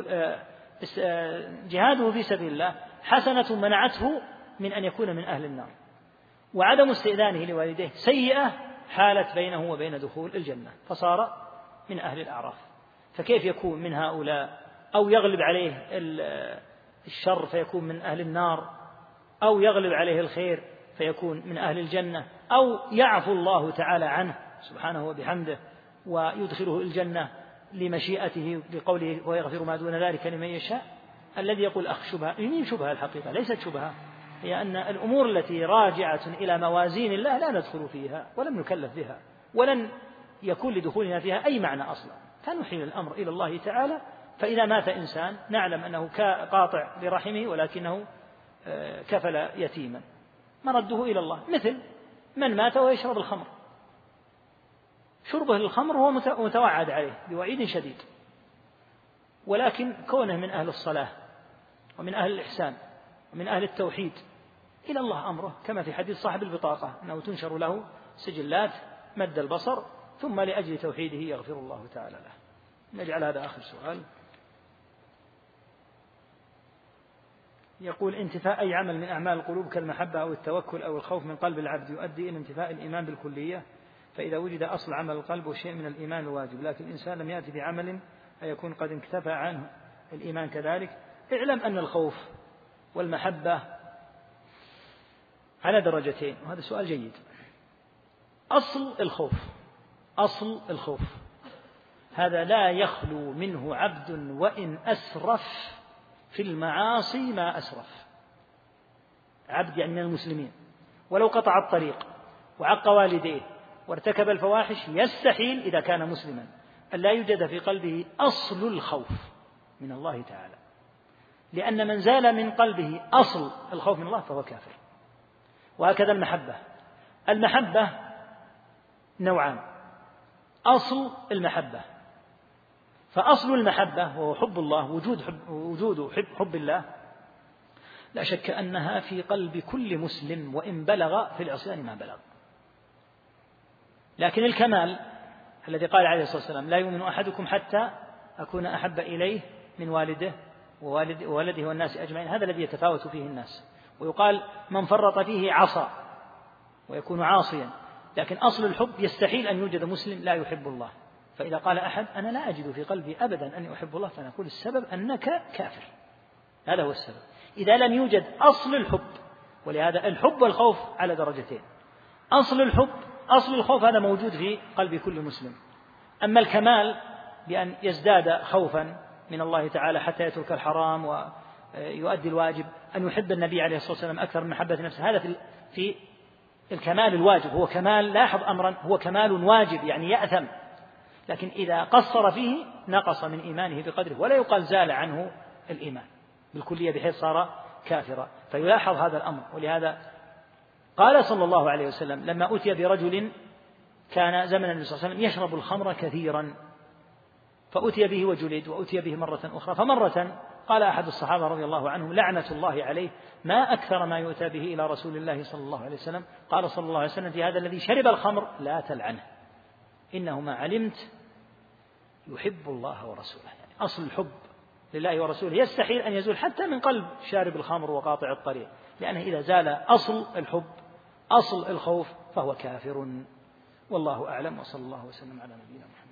جهاده في سبيل الله حسنة منعته من أن يكون من أهل النار، وعدم استئذانه لوالديه سيئة حالت بينه وبين دخول الجنة، فصار من أهل الأعراف. فكيف يكون من هؤلاء؟ أو يغلب عليه الشر فيكون من أهل النار، أو يغلب عليه الخير فيكون من أهل الجنة، أو يعفو الله تعالى عنه سبحانه وبحمده ويدخله الجنة لمشيئته بقوله ويغفر ما دون ذلك لمن يشاء. الذي يقول أخ شبهة، يمين شبهة الحقيقة ليست شبهة، هي أن الأمور التي راجعة إلى موازين الله لا ندخل فيها ولم نكلف بها، ولن يكون لدخولنا فيها أي معنى أصلا، فنحيل الأمر إلى الله تعالى. فإذا مات إنسان نعلم أنه قاطع لرحمه ولكنه كفل يتيما، مرده إلى الله، مثل من مات ويشرب الخمر، شربه للخمر هو متوعد عليه بوعيد شديد، ولكن كونه من أهل الصلاة ومن أهل الإحسان ومن أهل التوحيد إلى الله أمره، كما في حديث صاحب البطاقة أنه تنشر له سجلات مد البصر ثم لأجل توحيده يغفر الله تعالى له. نجعل هذا آخر سؤال. يقول انتفاء أي عمل من أعمال القلوب كالمحبة أو التوكل أو الخوف من قلب العبد يؤدي إلى انتفاء الإيمان بالكلية؟ فإذا وجد أصل عمل القلب وشيء من الإيمان الواجب لكن الإنسان لم يأتي بعمل أيكون قد انكتفى عنه الإيمان كذلك؟ اعلم أن الخوف والمحبة على درجتين، وهذا سؤال جيد. أصل الخوف أصل الخوف هذا لا يخلو منه عبد وإن أسرف في المعاصي ما أسرف، عبد يعني من المسلمين ولو قطع الطريق وعق والديه وارتكب الفواحش يستحيل إذا كان مسلما أن لا يوجد في قلبه أصل الخوف من الله تعالى، لأن من زال من قلبه أصل الخوف من الله فهو كافر. وهكذا المحبة المحبة نوعان، أصل المحبة، فأصل المحبة هو حب الله، وجود حب, وجود حب, حب الله لا شك أنها في قلب كل مسلم وإن بلغ في العصيان ما بلغ. لكن الكمال الذي قال عليه الصلاة والسلام لا يؤمن أحدكم حتى أكون أحب إليه من والده وولده والناس أجمعين، هذا الذي يتفاوت فيه الناس، ويقال من فرط فيه عصى ويكون عاصيا. لكن أصل الحب يستحيل أن يوجد مسلم لا يحب الله، فإذا قال أحد أنا لا أجد في قلبي أبدا أن أحب الله فنقول السبب أنك كافر، هذا هو السبب إذا لم يوجد أصل الحب. ولهذا الحب والخوف على درجتين، أصل الحب أصل الخوف هذا موجود في قلب كل مسلم، أما الكمال بأن يزداد خوفا من الله تعالى حتى يترك الحرام ويؤدي الواجب، أن يحب النبي عليه الصلاة والسلام أكثر من محبة نفسه، هذا في الكمال الواجب، هو كمال لاحظ أمرا هو كمال واجب يعني يأثم، لكن إذا قصر فيه نقص من إيمانه بقدره ولا يقال زال عنه الإيمان بالكلية بحيث صار كافرا، فيلاحظ هذا الأمر. ولهذا قال صلى الله عليه وسلم لما أتي برجل كان زمن النبي صلى الله عليه وسلم يشرب الخمر كثيرا فأتي به وجلد، وأتي به مرة أخرى، فمرة قال أحد الصحابة رضي الله عنهم لعنة الله عليه ما أكثر ما يؤتى به إلى رسول الله صلى الله عليه وسلم، قال صلى الله عليه وسلم في هذا الذي شرب الخمر لا تلعنه إنه ما علمت يحب الله ورسوله. يعني أصل الحب لله ورسوله يستحيل أن يزول حتى من قلب شارب الخمر وقاطع الطريق، لأنه إذا زال أصل الحب أصل الخوف فهو كافر. والله أعلم، وصلى الله وسلم على نبينا محمد.